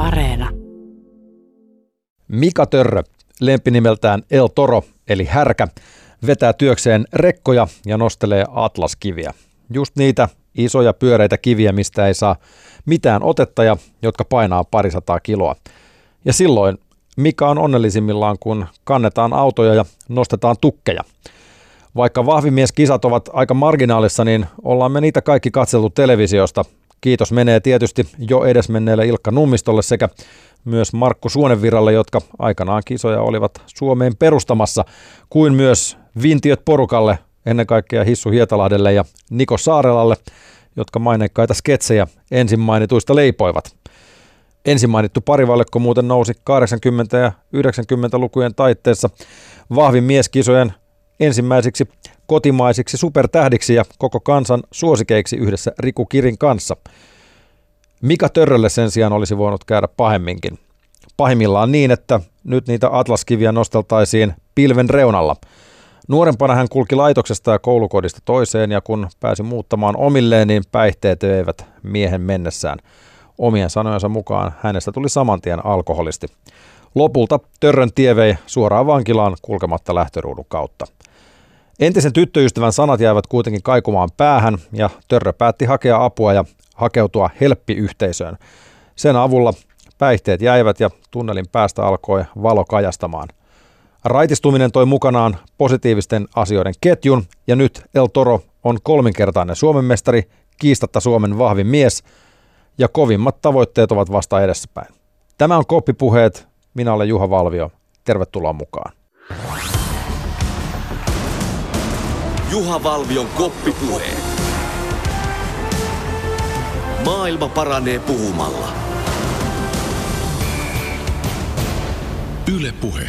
Areena. Mika Törrö, lempinimeltään El Toro eli härkä, vetää työkseen rekkoja ja nostelee atlaskiviä. Just niitä isoja pyöreitä kiviä, mistä ei saa mitään otetta ja jotka painaa parisataa kiloa. Ja silloin Mika on onnellisimmillaan, kun kannetaan autoja ja nostetaan tukkeja. Vaikka vahvimieskisat ovat aika marginaalissa, niin ollaan me niitä kaikki katseltu televisiosta. Kiitos menee tietysti jo edesmenneelle Ilkka Nummistolle sekä myös Markku Suonenvirralle, jotka aikanaan kisoja olivat Suomeen perustamassa, kuin myös Vintiöt porukalle, ennen kaikkea Hissu Hietalahdelle ja Niko Saarelalle, jotka maineikkaita sketsejä ensin mainituista leipoivat. Ensin mainittu parivaljakko muuten nousi 80- ja 90-lukujen taitteessa vahvin mieskisojen ensimmäisiksi kotimaisiksi supertähdiksi ja koko kansan suosikeiksi yhdessä Riku Kirin kanssa. Mika Törrölle sen sijaan olisi voinut käydä pahemminkin. Pahimmillaan niin, että nyt niitä atlaskiviä nosteltaisiin pilven reunalla. Nuorempana hän kulki laitoksesta ja koulukodista toiseen ja kun pääsi muuttamaan omilleen, niin päihteet veivät miehen mennessään. Omien sanojensa mukaan hänestä tuli samantien alkoholisti. Lopulta Törrön tie vei suoraan vankilaan kulkematta lähtöruudun kautta. Entisen tyttöystävän sanat jäivät kuitenkin kaikumaan päähän ja Törrö päätti hakea apua ja hakeutua helppiyhteisöön. Sen avulla päihteet jäivät ja tunnelin päästä alkoi valo kajastamaan. Raitistuminen toi mukanaan positiivisten asioiden ketjun ja nyt El Toro on kolminkertainen Suomen mestari, kiistatta Suomen vahvin mies ja kovimmat tavoitteet ovat vasta edessäpäin. Tämä on Koppipuheet. Minä olen Juha Valvio. Tervetuloa mukaan. Juha Valvion Koppipuheet. Maailma paranee puhumalla. Yle Puhe.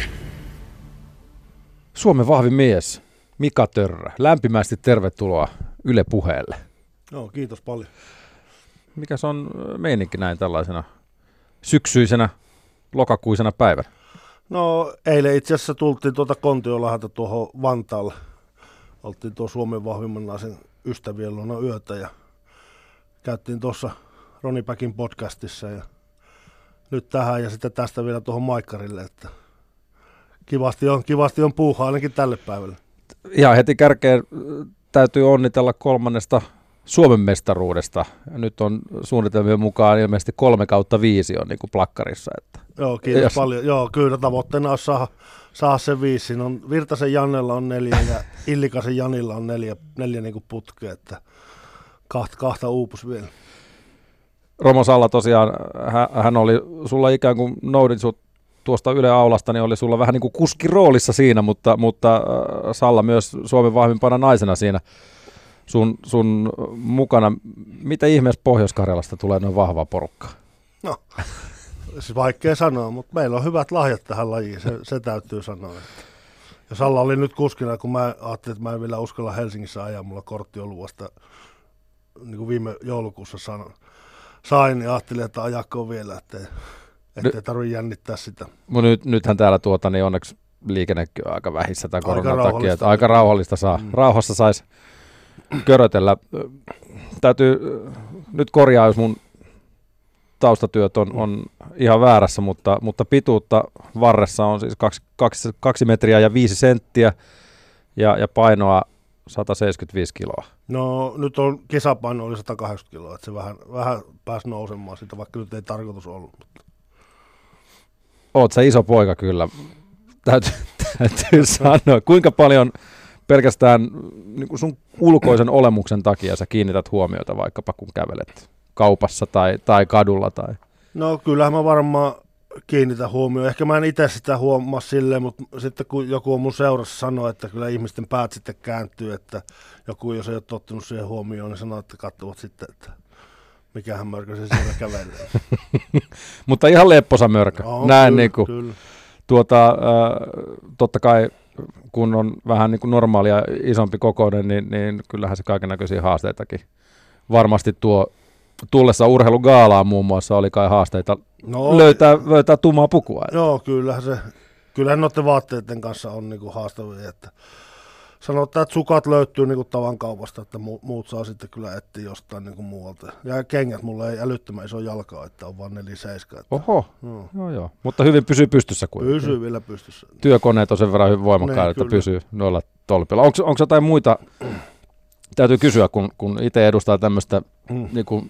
Suomen vahvin mies, Mika Törrö. Lämpimästi tervetuloa Yle Puheelle. Joo, kiitos paljon. Mikäs on meininki näin tällaisena syksyisenä, lokakuisena päivänä? No eilen itse asiassa tultiin Kontiolahdelta tuohon Vantaalle. Oltiin tuo Suomen vahvimman naisen ystävien luona yötä ja käyttiin tuossa Roni Päkin podcastissa ja nyt tähän ja sitten tästä vielä tuohon Maikkarille, että kivasti on puuhaa ainakin tälle päivälle. Ihan heti kärkeen täytyy onnitella 3. Suomen mestaruudesta. Nyt on suunnitelmien mukaan ilmeisesti 3/5 on niin kuin plakkarissa. Että Joo, kiitos paljon. Joo, kyllä tavoitteena on saada se 5. Siinä on Virtasen Jannella on 4 ja Illikasen Janilla on 4 niin kuin putkea, että kahta uupus vielä. Romo Salla tosiaan, hän oli sulla ikään kuin noudin sut tuosta Yle Aulasta, niin oli sulla vähän niin kuin kuskiroolissa siinä, mutta Salla myös Suomen vahvimpana naisena siinä sun mukana. Mitä ihmeessä Pohjois-Karjalasta tulee noin vahvaa porukkaa? No, siis vaikea sanoa, mutta meillä on hyvät lahjat tähän lajiin, se täytyy sanoa. Että. Ja Salla oli nyt kuskina, kun mä ajattelin, että mä en vielä uskalla Helsingissä ajaa, mulla kortti on ollut vasta, niin kuin viime joulukuussa sain, ja ajattelin, että ajakkoon vielä, ettei tarvitse jännittää sitä. Nythän täällä niin onneksi liikennekin on aika vähissä tämän koronan takia, että aika rauhallista saa. Rauhassa saisi körötellä. Täytyy nyt korjaa, jos mun taustatyöt on ihan väärässä, mutta pituutta varressa on siis 2 metriä ja 5 senttiä ja painoa 175 kiloa. No nyt on kisapaino oli 180 kiloa, että se vähän pääsi nousemaan siitä, vaikka nyt ei tarkoitus ollut. Oot sä iso poika kyllä, täytyy sanoa. Kuinka paljon pelkästään niin kuin sun ulkoisen olemuksen takia sä kiinnität huomiota vaikkapa kun kävelet kaupassa tai kadulla? Tai? No kyllähän mä varmaan kiinnitän huomioon. Ehkä mä en itse sitä huomaa silleen, mutta sitten kun joku on mun seurassa sanoo, että kyllä ihmisten päät sitten kääntyy, että joku jos ei ole tottunut siihen huomioon, niin sanoo, että katsovat sitten, että mikähän mörkö se siellä kävelee. Mutta ihan lepposa mörkö. No, näin kyllä, niinku, kyllä. Totta kai kun on vähän niin kuin normaalia isompi kokoinen, niin kyllähän se kaikennäköisiä haasteitakin varmasti tuo. Tullessa urheilugaalaan muun muassa oli kai haasteita löytää tummaa pukua. Joo, kyllähän noiden vaatteiden kanssa on niinku haastavia, että sanotaan, että sukat löytyy niin kuin tavan kaupasta, että muut saa sitten kyllä etsiä jostain niin kuin muualta. Ja kengät, mulla ei älyttömän iso jalkaa, että on vaan 4-7. Oho, joo. Mutta hyvin pysyy pystyssä kuitenkin. Pysyy vielä pystyssä. Työkoneet on sen verran hyvin voimakkaita, että pysyy noilla tolpilla. Onko jotain muita, täytyy kysyä, kun itse edustaa tämmöistä niin kuin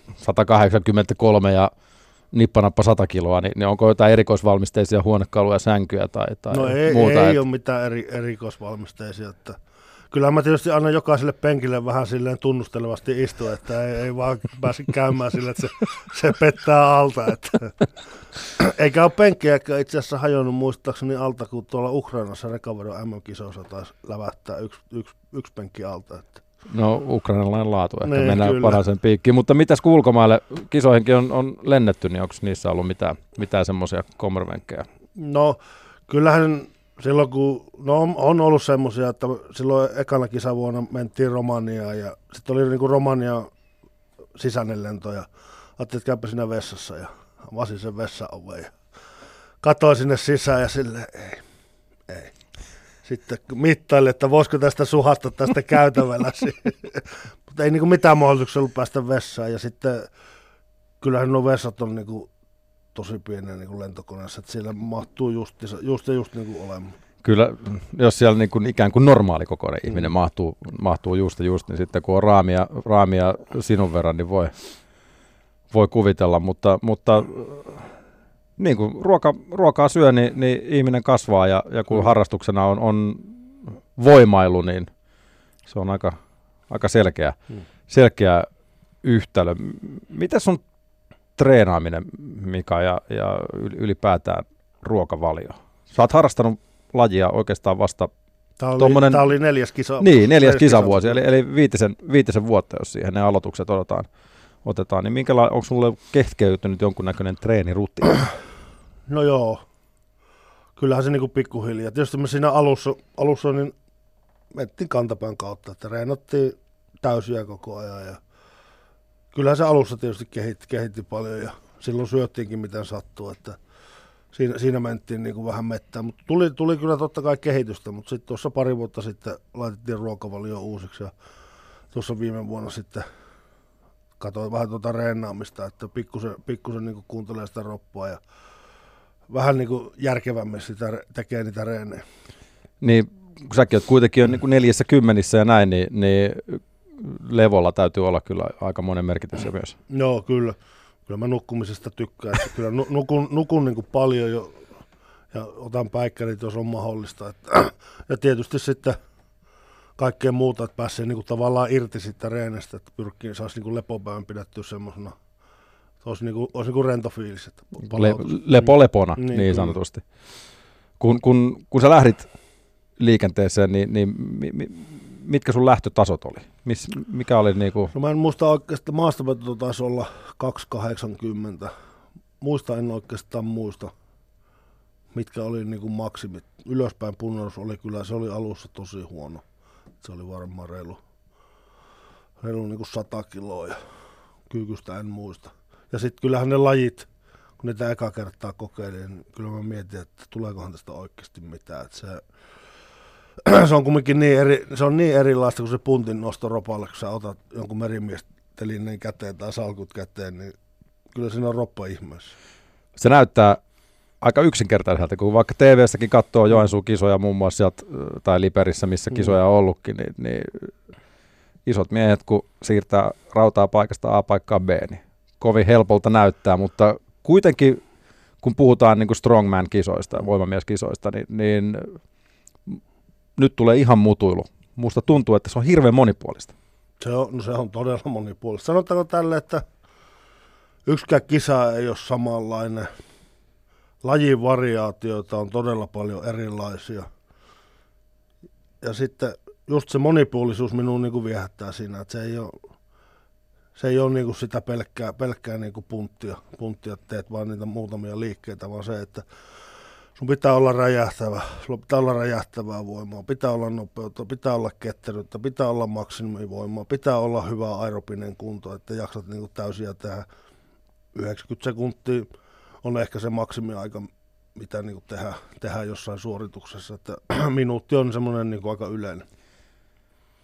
183 ja nippanappa 100 kiloa, niin onko jotain erikoisvalmisteisia huonekaluja, sänkyjä tai no muuta? Ei ole mitään erikoisvalmisteisia. Että kyllä mä tietysti aina jokaiselle penkille vähän silleen tunnustelevasti istu, että ei vaan pääse käymään sille, että se pettää alta. Että. Eikä ole penkkejäkään itse asiassa hajonnut muistaakseni alta, kun tuolla Ukrainassa Recovery MM-kisoissa taisi lävähtää yksi penkki alta. Että. No ukrainalainen laatu, että niin, mennään parhaaseen piikkiin. Mutta mitäs kun ulkomaille kisoihinkin on lennetty, niin onko niissä ollut mitään semmoisia kommervenkkejä? No kyllähän silloin kun, on ollut semmoisia, että silloin ekana kisavuonna mentiin Romaniaan ja sitten oli niinku Romanian sisäinen lento ja ajattelin, että käypä siinä vessassa ja avasin sen vessaoven ja katsoin sinne sisään ja silleen ei. Sitten mittaili, että voisiko tästä suhasta tästä käytävällä. Mutta ei niinku mitään mahdollisuuksia ollut päästä vessaan. Ja sitten kyllähän nuo vessat on niinku tosi pieniä niinku lentokoneessa, että siellä mahtuu just niinku olemaan. Kyllä, jos siellä niinku ikään kuin normaalikokoinen ihminen mahtuu just, niin sitten kun on raamia sinun verran, niin voi kuvitella, mutta niin kuin ruokaa syö, niin ihminen kasvaa ja kun harrastuksena on voimailu, niin se on aika selkeä yhtälö. Miten sun treenaaminen, Mika, ja ylipäätään ruokavalio? Sä oot harrastanut lajia oikeastaan vasta Tämä oli 4. kisa. Niin, 4. kisavuosi, eli viitisen vuotta, jos siihen ne aloitukset otetaan, niin onko sulle kehkeytynyt jonkunnäköinen treenirutiini? No joo, kyllähän se niinku pikkuhiljaa. Tietysti me siinä alussa niin mentiin kantapään kautta, että reenattiin täysiä koko ajan. Ja kyllähän se alussa tietysti kehitti paljon ja silloin syöttiinkin miten sattuu, että siinä mentiin niinku vähän mettään. Mutta tuli kyllä totta kai kehitystä, mutta sitten tuossa pari vuotta sitten laitettiin ruokavalio uusiksi ja tuossa viime vuonna sitten katsoin vähän tuota reenaamista, että pikkusen niin kuuntelee sitä roppua ja vähän niin järkevämmin tekee niitä reenejä. Niin, kun säkin olet kuitenkin niin 40 ja näin, niin levolla täytyy olla kyllä aika monen merkitys myös. Joo, kyllä. Kyllä mä nukkumisesta tykkään. Että kyllä nukun niin paljon jo ja otan päikkärit, jos on mahdollista. Ja tietysti sitten kaikkea muuta, että pääsee niinku tavallaan irti siitä reenestä, että saisi niinku lepopäivän pidettyä semmoisena, että olisi niinku rento fiilis. Lepona, niin sanotusti. Kun sä lähdit liikenteeseen, niin mitkä sun lähtötasot oli? Mikä oli niinku? No mä en muista oikeastaan, maastaveto taisi olla 280. En oikeastaan muista, mitkä oli niinku maksimit. Ylöspäin punnerus oli kyllä, se oli alussa tosi huono. Se oli varmaan reilu niin kuin 100 kiloa ja kyykystä en muista. Ja sitten kyllähän ne lajit, kun niitä eka kertaa kokeilin, niin kyllä mä mietin, että tuleekohan tästä oikeasti mitään. Että se on kumminkin niin erilaista kuin se puntin nosto ropalle, kun sä otat jonkun merimiestelineen käteen tai salkut käteen, niin kyllä siinä on roppa ihmeessä. Se näyttää aika yksinkertaiselta, kun vaikka TV-säkin katsoo Joensuun kisoja muun muassa sieltä, tai Liperissä, missä kisoja on ollutkin, niin isot miehet, kun siirtää rautaa paikasta A paikkaan B, niin kovin helpolta näyttää, mutta kuitenkin, kun puhutaan niin kuin strongman-kisoista, voimamieskisoista, niin nyt tulee ihan mutuilu. Musta tuntuu, että se on hirveän monipuolista. Se on todella monipuolista. Sanotaanko tälle, että yksikään kisa ei ole samanlainen. Lajin variaatioita on todella paljon erilaisia. Ja sitten just se monipuolisuus minun niin kuin viehättää siinä, että se ei ole niin kuin sitä pelkkää niin kuin punttia, teet vaan niitä muutamia liikkeitä, vaan se, että sun pitää olla sulla pitää olla räjähtävää voimaa, pitää olla nopeutta, pitää olla ketteryyttä, pitää olla maksimivoimaa, pitää olla hyvä aerobinen kunto, että jaksat niin kuin täysiä tehdä 90 sekuntia. On ehkä se maksimiaika, mitä niin kuin tehdään jossain suorituksessa, että minuutti on semmoinen niin kuin aika yleinen.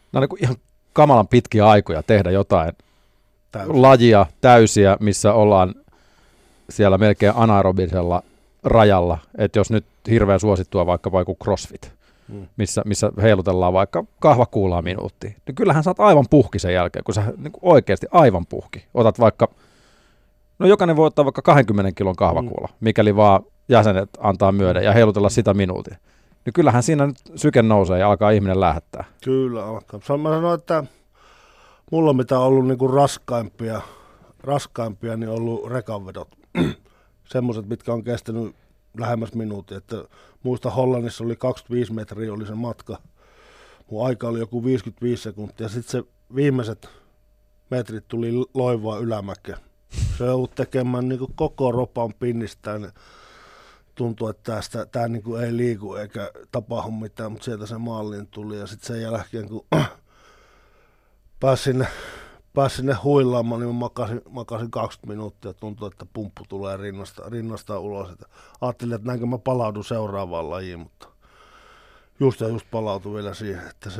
on niin kuin ihan kamalan pitkiä aikoja tehdä jotain Täysin. lajia täysiä, missä ollaan siellä melkein anaerobisella rajalla, että jos nyt hirveän suosittua vaikka joku CrossFit, missä heilutellaan vaikka kahvakuulaa minuuttia, niin kyllähän sä oot aivan puhki sen jälkeen, kun sä niin kuin oikeasti aivan puhki. Otat vaikka, no jokainen voi ottaa vaikka 20 kilon kahvakuulla, mikäli vaan jäsenet antaa myöden ja heilutella sitä minuutin. Niin kyllähän siinä nyt syke nousee ja alkaa ihminen lähettää. Kyllä alkaa. Mä sanoin, että mulla mitä on ollut niinku raskaimpia, niin on ollut rekanvedot. Semmoiset, mitkä on kestänyt lähemmäs minuutin. Että muista Hollannissa oli 25 metriä oli se matka. Mun aika oli joku 55 sekuntia. Sitten se viimeiset metrit tuli loivaa ylämäkeä. Se joutui tekemään niinku koko ropan pinnistään. Tuntuu, että tämä niinku ei liiku eikä tapahdu mitään, mutta sieltä se maaliin tuli. Ja sitten sen jälkeen, kun pääsin sinne huilaamaan, niin makasin 20 minuuttia. Tuntui, että pumppu tulee rinnasta ulos. Että ajattelin, että näinkö mä palaudun seuraavaan lajiin, mutta just palautui vielä siihen, että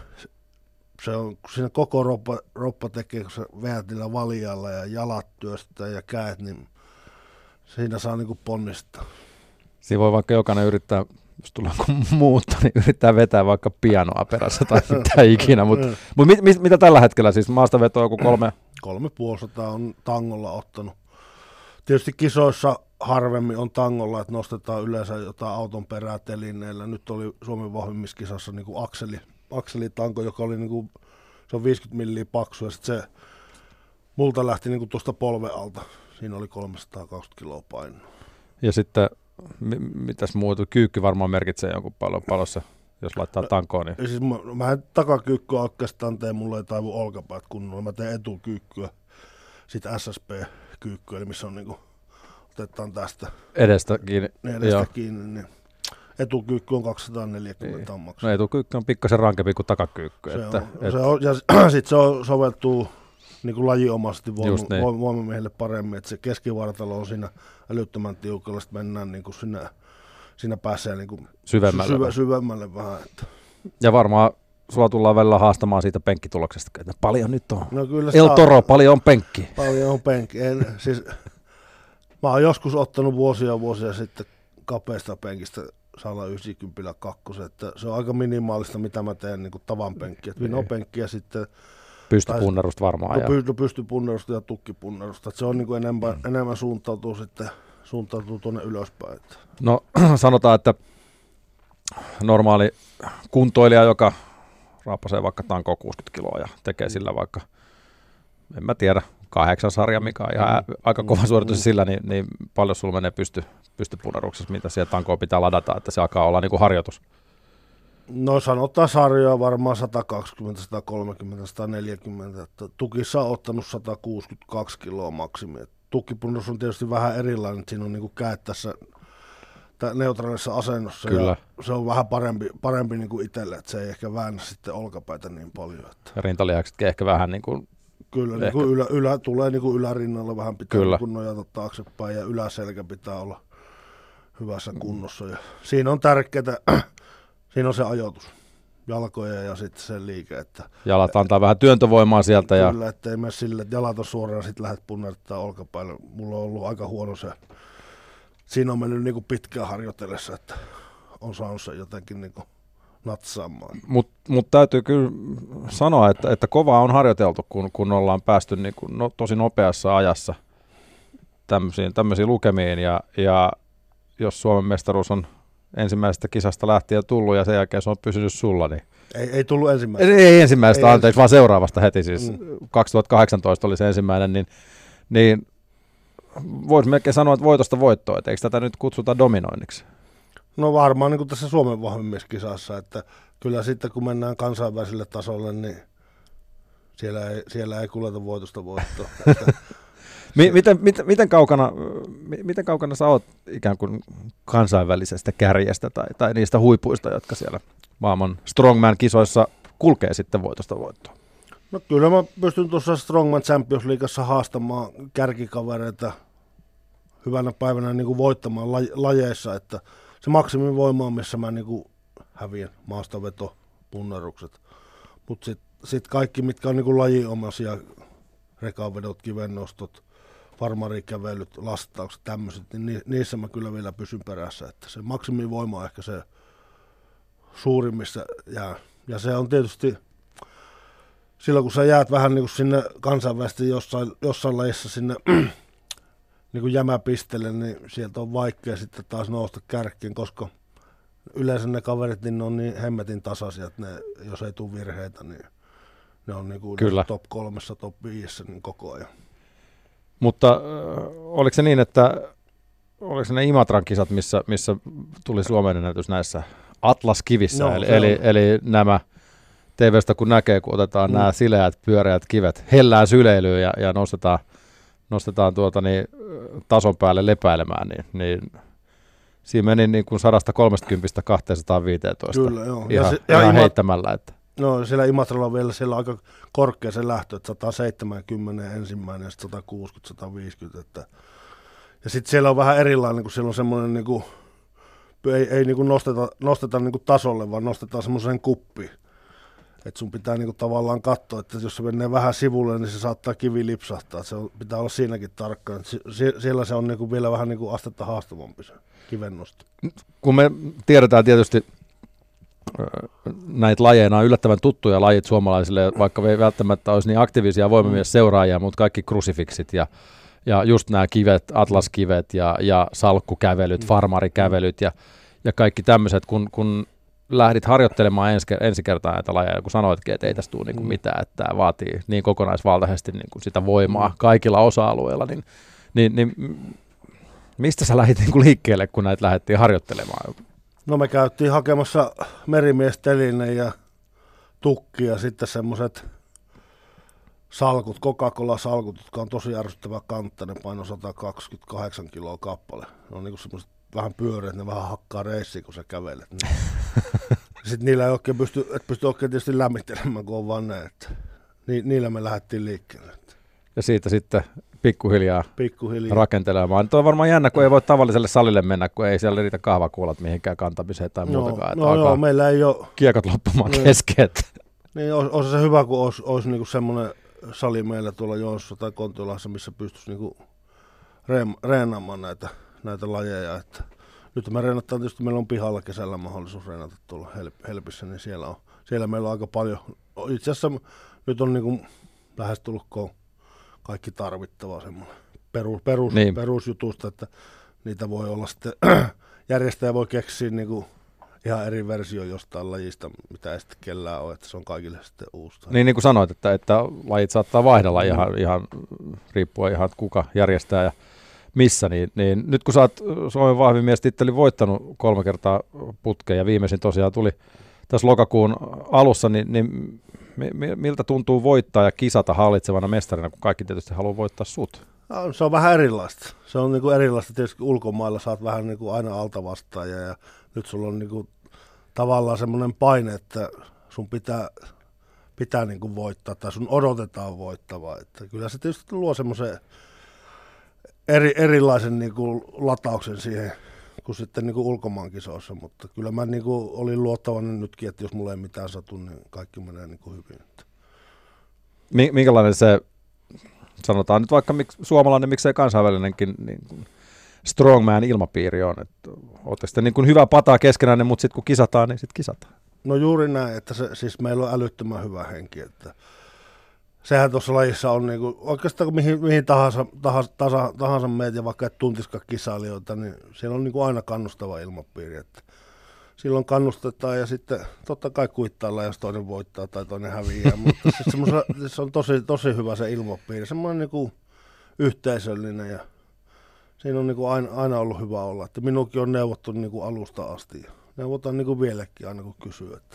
se on, kun siinä koko roppa tekee, kun sä veät niillä valjalla ja jalat työstää ja käet, niin siinä saa niinku ponnistaa. Siinä voi vaikka jokainen yrittää, jos tulee muutta, niin yrittää vetää vaikka pianoa perässä tai mitä ikinä. Mutta mitä tällä hetkellä siis? Maastavetoa joku 350 on tangolla ottanut. Tietysti kisoissa harvemmin on tangolla, että nostetaan yleensä jotain auton perää telineillä. Nyt oli Suomen vahvimmissa kisassa niin kuin akselitanko, joka oli niin kuin, se on 50 milliä paksu ja sitten se multa lähti niin kuin tuosta polven alta. Siinä oli 320 kiloa painoa. Ja sitten mitäs muuta? Kyykky varmaan merkitsee jonkun palossa, jos laittaa tankoon. Niin. Siis mä en takakyykkyä oikeastaan tee, mulla ei taivu olkapäät kunnolla. Mä teen etukyykkyä, sitten SSP-kyykkyä, eli missä on niinku, otetaan tästä edestä kiinni. Kiinni, niin etukyykky on 240 on maksaa. No etukyykky on pikkasen rankempi kuin takakyykky. Ja sitten se soveltuu niin lajiomaisesti voimamiehille paremmin, että se keskivartalo on siinä älyttömän tiukalla, sitten mennään niin kuin siinä pääsee niin kuin syvemmälle vähän. Että. Ja varmaan sulla tullaan välillä haastamaan siitä penkkituloksesta, että paljon nyt on. No kyllä El Toro, paljon on penkki. Paljon on penkki. Siis, mä oon joskus ottanut vuosia sitten kapeasta penkistä 190 kakkosen, että se on aika minimaalista, mitä mä teen niin kuin tavan penkkiä. Vinopenkki ja sitten pystypunnerusta varmaan. Pystypunnerusta ja tukkipunnerusta. Se on niin kuin enemmän suuntautuu tuonne ylöspäin. No sanotaan, että normaali kuntoilija, joka raapasee vaikka tankoa 60 kiloa ja tekee sillä vaikka, en mä tiedä, 8 sarja, mikä on ihan aika kova suoritus sillä, niin paljon sulla menee pystypunneruksessa, mitä siellä tankoa pitää ladata, että se alkaa olla niin kuin harjoitus. No sanotaan sarjoja varmaan 120, 130, 140. Että tukissa on ottanut 162 kiloa maksimi. Tukkipunnus on tietysti vähän erilainen, että siinä on niinku käät tässä neutraalissa asennossa. Kyllä. Ja se on vähän parempi niinku itselle, että se ei ehkä väännä sitten olkapäitä niin paljon. Että. Ja rintalihaksetkin ehkä vähän niin kuin. Kyllä, ehkä. Niin tulee niinku ylärinnalla vähän pitää niin nojata taaksepäin ja yläselkä pitää olla hyvässä kunnossa. Ja siinä on tärkeää. Siinä on se ajoitus, jalkoja ja sitten se liike. Että jalat antaa vähän työntövoimaa sieltä. Kyllä, ettei mene sille, että jalat on suoraan, sitten lähdet punnertaa olkapäälle. Mulla on ollut aika huono se. Siinä on mennyt niinku pitkään harjoitellessa, että on saanut sen jotenkin niinku natsaamaan. Mut täytyy kyllä sanoa, että kovaa on harjoiteltu, kun ollaan päästy niinku tosi nopeassa ajassa tämmöisiin lukemiin. Ja jos Suomen mestaruus on ensimmäisestä kisasta lähtien tullut ja sen jälkeen se on pysynyt sulla. Niin ei tullut ensimmäistä. Ei ensimmäistä, anteeksi, vaan seuraavasta heti siis. 2018 oli se ensimmäinen, niin voisi melkein sanoa, että voitosta voittoa, että eikö tätä nyt kutsuta dominoinniksi? No varmaan niin kuin tässä Suomen vahvimmissa kisassa, että kyllä sitten kun mennään kansainväliselle tasolle, niin siellä ei kuljeta voitosta voittoa. Miten kaukana sä oot ikään kuin kansainvälisestä kärjestä tai niistä huipuista, jotka siellä maailman Strongman-kisoissa kulkee sitten voitosta voittoa? No kyllä mä pystyn tuossa Strongman Champions Leagueassa haastamaan kärkikavereita hyvänä päivänä niin kuin voittamaan lajeissa, että se maksimivoima on, missä mä niin kuin häviän maastaveto, punnerukset. Mutta sitten kaikki, mitkä on niin kuin lajiomaisia, rekanvedot, kivennostot, farmarikävelyt, lastaukset, tämmöiset, niin niissä mä kyllä vielä pysyn perässä. Että se maksimivoima on ehkä se suurin, missä jää. Ja se on tietysti, silloin kun sä jäät vähän niin kuin sinne kansainvälisesti jossain lajissa sinne niin kuin jämäpistelle, niin sieltä on vaikea sitten taas nousta kärkkiin, koska yleensä ne kaverit niin ne on niin hemmetin tasaisia, että ne, jos ei tule virheitä, niin ne on niin kuin top 3, top 5 niin koko ajan. Mutta oliko se niin, että oliko ne Imatran kisat, missä tuli Suomen ennätys näissä Atlas-kivissä, No, eli nämä TV:stä kun näkee, kun otetaan nämä sileät, pyöreät kivet hellään syleilyyn ja nostetaan tason päälle lepäilemään, niin siinä meni niin kuin 130 215 Kyllä, joo. Ihan heittämällä. Että. No siellä Imatralla on vielä siellä aika korkea se lähtö, että 170 ensimmäinen ja sitten 160, 150. Että. Ja sitten siellä on vähän erilainen, kun siellä on semmoinen, niin kuin, ei niin kuin nosteta niin kuin tasolle, vaan nostetaan semmoiseen kuppiin. Että sun pitää niin kuin tavallaan katsoa, että jos se menee vähän sivulle, niin se saattaa kivi lipsahtaa. Se pitää olla siinäkin tarkkaan. Siellä se on niin kuin vielä vähän niin kuin astetta haastavampi se kivennosto. Kun me tiedetään tietysti, näitä lajeina on yllättävän tuttuja lajit suomalaisille, vaikka ei välttämättä olisi niin aktiivisia voimamies-seuraajia, mutta kaikki krusifiksit ja just nämä kivet, atlaskivet ja salkkukävelyt, farmarikävelyt ja kaikki tämmöiset, kun lähdit harjoittelemaan ensi kertaa näitä lajeja, kun sanoitkin, että ei tästä tule niinku mitään, että tämä vaatii niin kokonaisvaltaisesti niinku sitä voimaa kaikilla osa-alueilla, niin mistä sä lähdit niinku liikkeelle, kun näitä lähdettiin harjoittelemaan? No me käytiin hakemassa merimiesteline ja tukki ja sitten semmoiset salkut, Coca-Cola-salkut, jotka on tosi ärsyttävä kantta, ne paino 128 kiloa kappale. Ne on niinku semmoiset vähän pyöreät, ne vähän hakkaa reissiä, kun sä kävelet. Sitten niillä ei oikein pysty oikein tietysti lämmittelemään, kun on vaan ne, että niillä me lähdettiin liikkeelle. Ja siitä sitten pikkuhiljaa rakentelemaan. Tuo on varmaan jännä, kun ei voi tavalliselle salille mennä, kun ei siellä riitä kahvakuolat mihinkään kantamiseen tai muutakaan. No, meillä ei ole kiekot loppumaan kesken. Niin, olisi se hyvä, kun olisi niinku semmoinen sali meillä tuolla Joensuussa tai Kontiolahassa, missä pystyisi niinku reenaamaan näitä lajeja. Että nyt me reenataan tietysti, meillä on pihalla kesällä mahdollisuus reenata tuolla Helpissä, niin siellä meillä on aika paljon. Itse asiassa nyt on niinku lähestulkoon kaikki tarvittava semmoinen perusjutusta, että niitä voi olla sitten, järjestäjä voi keksiä niinku ihan eri versio jostain lajista, mitä ei sitten kellään ole, että se on kaikille sitten uusi. Niin kuin sanoit, että lajit saattaa vaihdella ihan riippuen ihan kuka järjestää ja missä, niin nyt kun sä oot Suomen vahvin mies -tittelin voittanut 3 kertaa putkeen ja viimeisin tosiaan tuli tässä lokakuun alussa, niin miltä tuntuu voittaa ja kisata hallitsevana mestarina, kun kaikki tietysti haluaa voittaa sut? No, se on vähän erilaista. Se on niinku erilaista tietysti ulkomailla, saat vähän niinku aina alta vastaaja ja nyt sulla on niinku tavallaan semmoinen paine, että sun pitää niinku voittaa tai sun odotetaan voittavaa. Että kyllä se tietysti luo semmoisen erilaisen niinku latauksen siihen kuin sitten niinku ulkomaankisoissa, mutta kyllä mä niinku olin luottavainen nytkin, että jos mulla ei mitään satu, niin kaikki menee niinku hyvin. Minkälainen se, sanotaan nyt vaikka suomalainen, miksei kansainvälinenkin niin strongman ilmapiiri on, että ootte sitten niin kuin hyvä pataa keskenään, mutta sitten kun kisataan, niin sitten kisataan. No juuri näin, että siis meillä on älyttömän hyvä henki, että sehän tuossa lajissa on niinku, oikeastaan mihin tahansa meet ja vaikka et tuntiskaan kisailijoita, niin siellä on niinku aina kannustava ilmapiiri, että silloin kannustetaan ja sitten totta kai kuittaillaan, jos toinen voittaa tai toinen häviää, mutta se on tosi hyvä se ilmapiiri, semmoinen niinku yhteisöllinen ja siinä on niinku aina ollut hyvä olla, että minunkin on neuvottu niinku alusta asti ja neuvotaan niinku vieläkin aina kun kysyy. Että.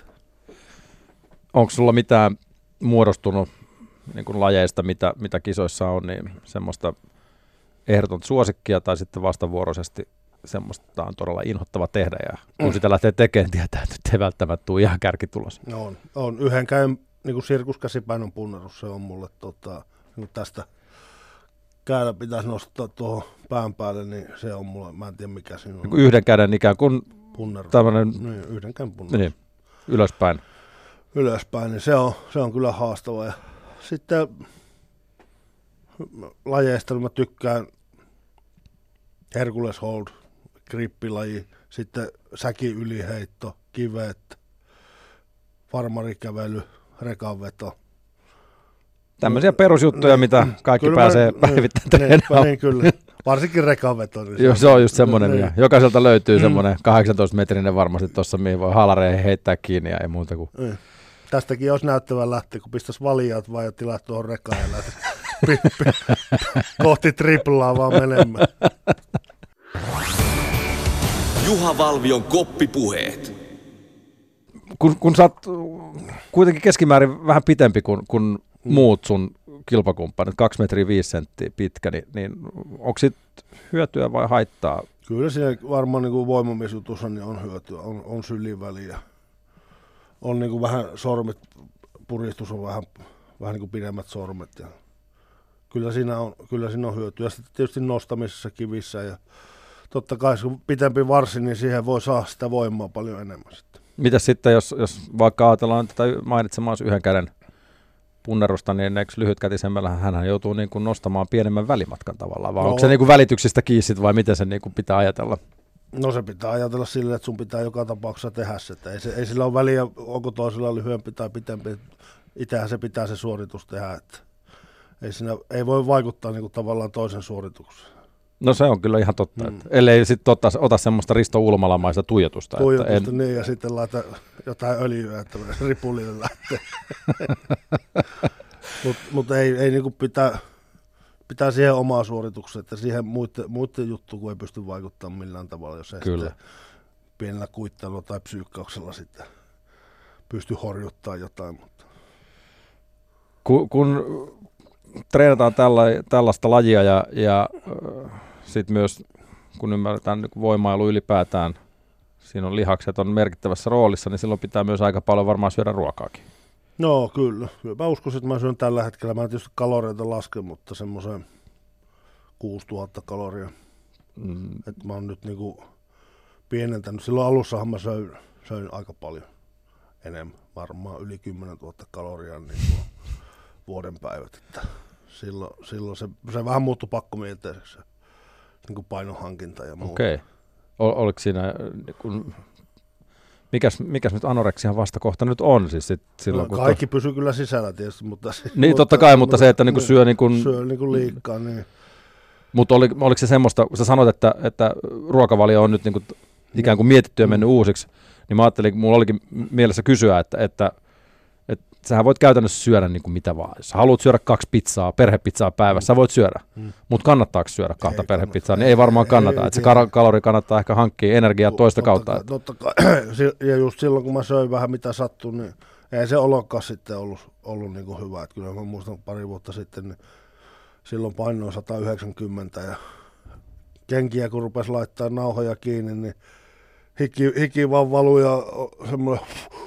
Onko sulla mitään muodostunut niin kuin lajeista, mitä kisoissa on, niin semmoista ehdotonta suosikkia tai sitten vastavuoroisesti semmoista on todella inhottava tehdä ja kun sitä lähtee tekemään, tietää, että nyt ei välttämättä tule ihan kärkitulos. No on yhden käyn niin kuin sirkuskäsipainon punnerus, se on mulle niin tästä käydä pitäisi nostaa tuohon pään päälle, niin se on mulle, mä en tiedä mikä siinä on. Yhden käden ikään kuin punnerus. Tämmöinen niin, yhden käyn punnerus. Niin, ylöspäin. ylöspäin, niin se on kyllä haastavaa. Ja sitten lajeista mä tykkään Hercules Hold, grippilaji, sitten säki yliheitto, kivet, farmarikävely, rekanveto. Tämmöisiä perusjuttuja, mitä kaikki kyllä pääsee päivittäin treenaamaan. Niin, kyllä. Varsinkin rekanveto. Niin Joo, se on just semmoinen. niin. Jokaiselta löytyy semmoinen 18-metrinen varmasti tuossa, mihin voi haalareihin heittää kiinni ja ei muuta kuin. Niin. Tästäkin olisi näyttävä lähteä, kun pistäisi valijat vaan ja tilat tuohon rekaan ja lähti kohti triplaa vaan menemään. Juha Valvion koppipuheet. Kun sä oot kuitenkin keskimäärin vähän pitempi kuin muut sun kilpakumppanit, 2 metriä 5 senttiä pitkä, niin onko sit hyötyä vai haittaa? Kyllä siinä varmaan niin voimamiesutussa niin on hyötyä, on syliväliä. On niin kuin vähän sormet, puristus on vähän niin kuin pidemmät sormet. Ja kyllä siinä on hyötyä. Sitten tietysti nostamisessa kivissä ja totta kai kun pitempi varsi, niin siihen voi saada sitä voimaa paljon enemmän sitten. Mitäs sitten, jos vaikka ajatellaan tätä mainitsemaan yhden käden punnerusta, niin eikö lyhytkätisemmällä hän joutuu niin kuin nostamaan pienemmän välimatkan tavallaan, vai onko se niin kuin välityksistä kiinni vai miten se niin kuin pitää ajatella? No se pitää ajatella silleen, että sun pitää joka tapauksessa tehdä se. Että ei sillä ole väliä, onko toisella lyhyempi tai pitempi. Itsehän se pitää se suoritus tehdä. Että ei voi vaikuttaa niin kuin tavallaan toisen suoritukseen. No se on kyllä ihan totta. Että ellei sitten ota semmoista Risto Ulmalamaista tuijotusta. Niin, ja sitten laita jotain öljyä, että ripulille lähtee. Mutta ei niin kuin pitää siihen omaa suoritukseen, että siihen muiden juttuun, kun ei pysty vaikuttamaan millään tavalla, jos ei sitten pienellä kuittailulla tai psyykkauksella sitten pysty horjuttaa jotain. Mutta. Kun treenataan tällaista lajia ja sitten myös, kun ymmärretään niin voimailu ylipäätään, siinä on lihakset on merkittävässä roolissa, niin silloin pitää myös aika paljon varmaan syödä ruokaakin. No kyllä. Mä uskoisin, että mä syön tällä hetkellä. Mä en tietysti kaloreita laske, mutta semmoisen 6000 kaloria. Että mä oon nyt niinku pienentänyt. Silloin alussahan mä söin aika paljon enemmän. Varmaan yli 10 000 kaloria niin vuoden päivät. Että silloin se vähän muuttui pakkomielteiseksi. Niin kuin painonhankinta ja muuta. Okei. Oliko siinä, mikäs nyt anoreksian vastakohta nyt on? Siis silloin, no, kaikki pysyy kyllä sisällä tietysti. Mutta, niin totta kai, mutta se, että niin kuin syö niin kuin, liikaa. Niin. Mutta oliko se semmoista, sä sanoit, että ruokavalio on nyt niin kuin ikään kuin mietitty ja mennyt uusiksi, niin mä ajattelin, mulla olikin mielessä kysyä, että sähän voit käytännössä syödä niin kuin mitä vaan. Jos sä haluat syödä 2 pizzaa, perhepizzaa päivässä, sä voit syödä. Mutta kannattaako syödä 2 perhepizzaa? Niin ei varmaan kannata. Että se kalori kannattaa ehkä hankkia energiaa toista kautta. Totta kai. Ja just silloin, kun mä söin vähän mitä sattui, niin ei se olokaan sitten ollut niin kuin hyvä. Että kyllä mä muistan pari vuotta sitten, niin silloin painoin 190 ja kenkiä kun rupesi laittaa nauhoja kiinni, niin hiki vaan valui ja semmoinen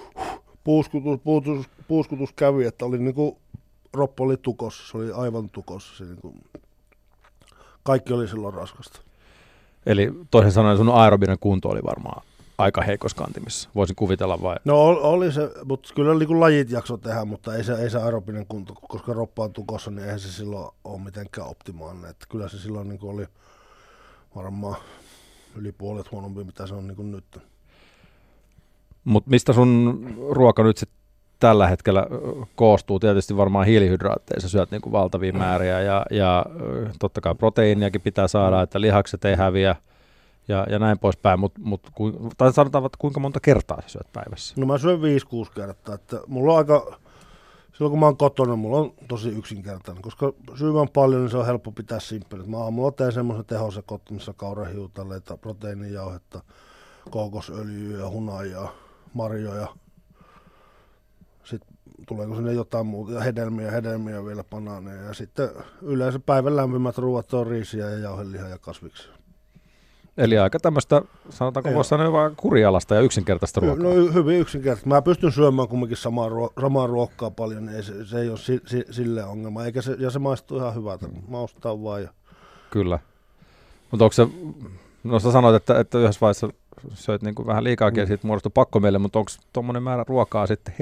puuskutus kävi, että oli niinku, roppo oli tukossa, se oli aivan tukossa. Se niinku, kaikki oli silloin raskasta. Eli toisin sanoen sun aerobinen kunto oli varmaan aika heikossa kantimissa, voisin kuvitella vai? No oli se, mutta kyllä niinku lajit jakso tehdä, mutta ei se aerobinen kunto, koska roppa on tukossa, niin eihän se silloin ole mitenkään optimaalinen. Että kyllä se silloin niinku oli varmaan yli puolet huonompi, mitä se on niinku nyt. Mutta mistä sun ruoka nyt sitten tällä hetkellä koostuu? Tietysti varmaan hiilihydraatteja, sä syöt niinku valtavia määriä ja totta kai proteiiniakin pitää saada, että lihakset ei häviä ja näin poispäin, tai sanotaan, että kuinka monta kertaa sä syöt päivässä? No mä syön 5-6 kertaa, että mulla on aika, silloin kun mä oon kotona, mulla on tosi yksinkertainen, koska syövän paljon, niin se on helppo pitää simppeli. Mä aamulla teen semmoisen tehosekotto, missä kaurahiutaleita, proteiinijauhetta, kookosöljyä ja hunajaa, marjoja. Sitten tuleeko sinne jotain muuta, ja hedelmiä vielä, banaaneja. Ja sitten yleensä päivän lämpimät ruuat on riisiä ja jauhelihaa ja kasviksia. Eli aika tämmöistä, sanotaanko voisi sanoa vaan kurialasta ja yksinkertaista ruokaa. No hyvin yksinkertaista. Mä pystyn syömään kumminkin samaa ruokaa paljon, niin se ei ole silleen ongelma. Ja se maistuu ihan hyvältä. Maustaa vaan. Ja. Kyllä. Mutta onko se, no sä sanoit, että yhdessä vaiheessa söit niin kuin vähän liikaakin ja siitä muodostui pakkomielle, mutta onko tuommoinen määrä ruokaa sitten helppo?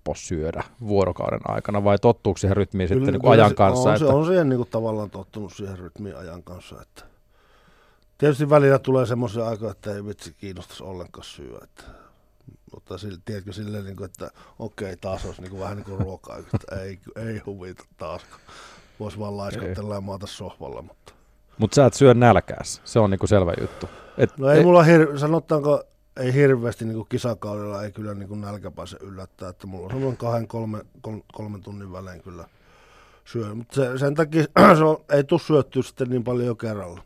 helppo syödä vuorokauden aikana, vai tottuuko siihen rytmiin sitten niin kuin ajan kanssa? On siihen niin kuin tavallaan tottunut siihen rytmiin ajan kanssa. Että tietysti välillä tulee semmoisia aikoja, että ei vitsi kiinnostaisi ollenkaan syödä. Mutta tiedätkö silleen, niin kuin, että okei, taas olisi niin kuin, vähän niin kuin ruokaa, että ei huvita taas. Voisi vaan laiskotella ja maata sohvalla. Mutta sä et syö nälkäässä, se on niin kuin selvä juttu. No ei mulla, sanotaanko, ei hirveästi niin kuin kisakaudella ei kyllä niin kuin nälkä pääse yllättää, että mulla on semmoinen 2-3 tunnin välein kyllä syö. Mutta sen takia ei tule syöttyä sitten niin paljon jo kerralla.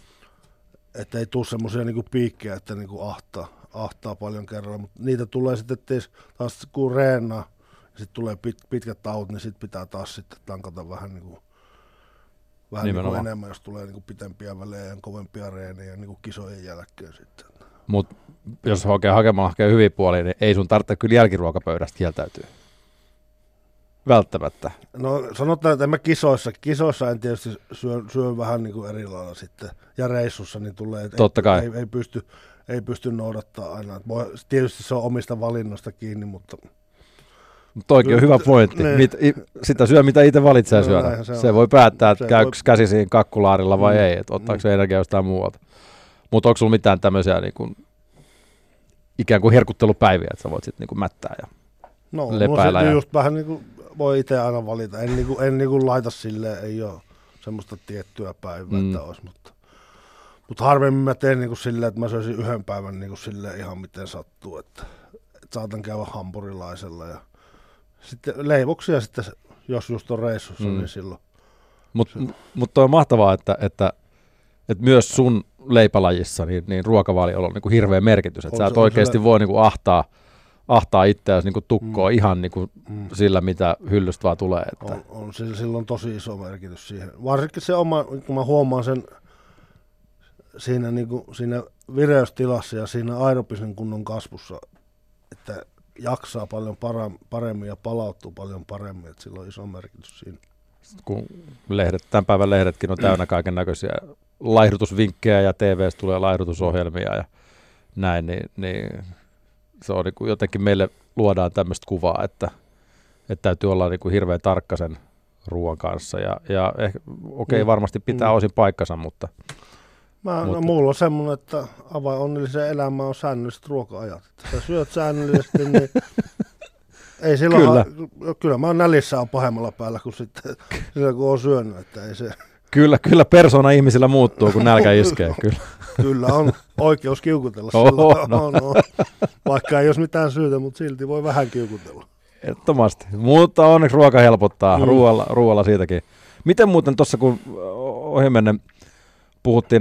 Että ei tule semmoisia niin kuin piikkejä, että niin kuin ahtaa paljon kerralla, mutta niitä tulee sitten taas kun reenaa, ja sitten tulee pitkät tauot, niin sitten pitää taas sitten tankata vähän niin kuin enemmän, jos tulee niin kuin pitempiä välejä ja kovempia reenejä niin kuin kisojen jälkeen sitten. Mutta jos oikein hakemaan hyviä puolia, niin ei sun tarvitse kyllä jälkiruokapöydästä kieltäytyä. Välttämättä. No sanotaan, että en mä kisoissa en tietysti syö vähän niin kuin eri lailla sitten, ja reissussa niin tulee, että totta kai. Ei pysty noudattaa aina. Tietysti se on omista valinnoista kiinni, mutta toikin on hyvä pointti. Sitä syö, mitä itse valitsee syödä. Se voi päättää, että käykö käsi siinä kakkulaarilla vai ei, että ottaako se energiaa jostain muualta. Mutta onko sulla mitään tämmöisiä niin kuin, ikään kuin herkuttelupäiviä, että sä voit sitten niin kuin mättää ja lepäillä? No se just vähän niin kuin voi itse aina valita. En niin kuin laita silleen, ei ole semmoista tiettyä päivää, että olisi, mutta harvemmin mä teen niin kuin silleen, että mä söisin yhden päivän niin kuin silleen ihan miten sattuu, että saatan käydä hampurilaisella ja sitten leivoksia sitten, jos just on reissussa, niin silloin. Mutta on mahtavaa, että myös sun leipälajissa niin ruokavaliolla on niin kuin hirveä merkitys, että sä et oikeasti voi niin kuin ahtaa itseäsi niin kuin tukkoa ihan niin kuin sillä, mitä hyllystä vaan tulee. Että. On silloin tosi iso merkitys siihen. Varsinkin se oma, kun mä huomaan sen siinä, niin kuin, siinä vireystilassa ja siinä aerobisen kunnon kasvussa, että jaksaa paljon paremmin ja palautuu paljon paremmin, että sillä on iso merkitys siinä. Kun tämän päivän lehdetkin on täynnä kaiken näköisiä laihdutusvinkkejä ja TV:stä tulee laihdutusohjelmia ja näin, niin se on niin kuin jotenkin meille luodaan tämmöistä kuvaa, että täytyy olla niin kuin hirveän tarkka sen ruoan kanssa ja varmasti pitää osin paikkansa, mutta mulla on semmoinen, että avain onnelliseen elämään on säännölliset ruoka-ajat. Että sä syöt säännöllisesti, niin ei silloin, kyllä mä oon nälissä on pahemmalla päällä kuin sitten kun on syönyt, että ei se. Kyllä persona ihmisillä muuttuu, kun nälkä iskee, kyllä. Kyllä on oikeus kiukutella no. Vaikka ei olisi mitään syytä, mutta silti voi vähän kiukutella. Ehdottomasti, mutta onneksi ruoka helpottaa, ruoalla siitäkin. Miten muuten tuossa, kun ohimennen puhuttiin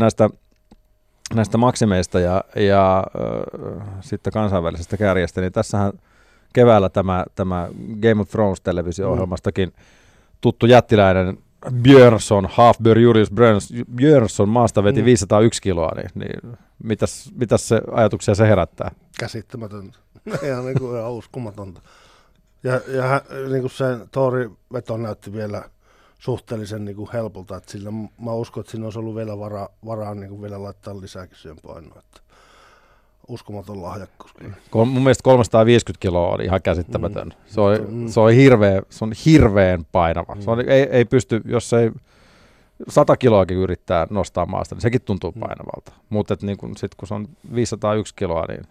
näistä maksimeista ja sitten kansainvälisestä kärjestä, niin tässähän keväällä tämä Game of Thrones -televisio-ohjelmastakin tuttu jättiläinen Halfbjörn Julius Björnsson maasta veti 501 kiloa, niin mitäs se ajatuksia se herättää? Käsittämätöntä. Ihan uskomatonta. Ja niin kuin se Thor-veto näytti vielä suhteellisen niin kuin helpolta, että sillä mä uskon, että siinä olisi ollut vielä varaa niin kuin vielä laittaa lisääkin siihen painoa. Että uskomaton lahjakkuus. Mun mielestä 350 kiloa on ihan käsittämätön. Se on hirveän painava. Se on, ei pysty, jos ei 100 kiloakin yrittää nostaa maasta, niin sekin tuntuu painavalta. Mutta niin kun se on 501 kiloa, niin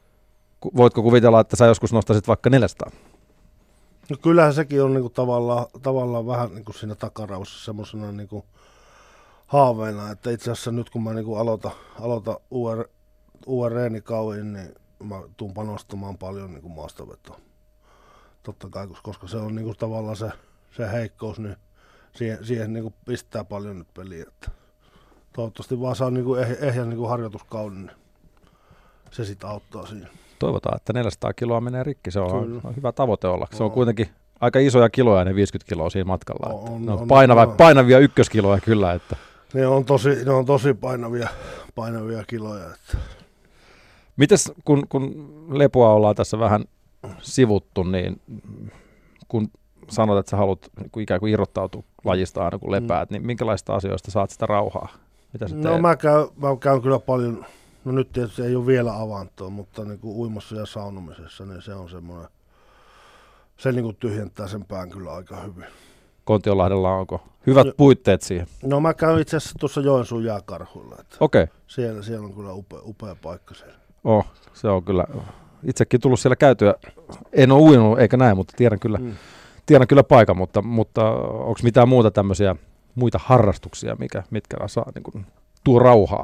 voitko kuvitella, että sä joskus nostaisit vaikka 400? No kyllähän sekin on niinku tavallaan vähän niinku siinä takaraussa semmoisena niinku haaveena, että itse asiassa nyt kun mä niinku aloitan uuden reenikauden, niin mä tuun panostamaan paljon niinku maastavetoon. Totta kai, koska se on niinku tavallaan se heikkous, niin siihen niinku pistää paljon nyt peliä. Että toivottavasti vaan saa niinku ehjän niinku harjoituskauden, niin se sitten auttaa siinä. Toivotaan, että 400 kiloa menee rikki. Se on hyvä tavoite olla. Se on kuitenkin aika isoja kiloja, ne 50 kiloa siinä matkalla. On painavia ykköskiloja kyllä. Että. Ne on tosi painavia kiloja. Että. Mites kun lepoa ollaan tässä vähän sivuttu, niin kun sanot, että sä haluat ikään kuin irrottautua lajista aina kun lepäät, niin minkälaista asioista saat sitä rauhaa? Mitä sä teet? No mä käyn kyllä paljon. No nyt tietysti ei ole vielä avantoa, mutta niin kuin uimassa ja saunomisessa, niin se on se niin kuin tyhjentää sen pään kyllä aika hyvin. Kontiolahdella onko hyvät puitteet siihen? No mä käyn itse asiassa tuossa Joensuun jääkarhuilla. Okei. Siellä on kyllä upea paikka siellä. Se on kyllä. Itsekin tullut siellä käytyä. En ole uinut eikä näin, mutta tiedän kyllä paikan, mutta onko mitään muuta tämmöisiä muita harrastuksia, mitkä saa niin kuin, tuo rauhaa?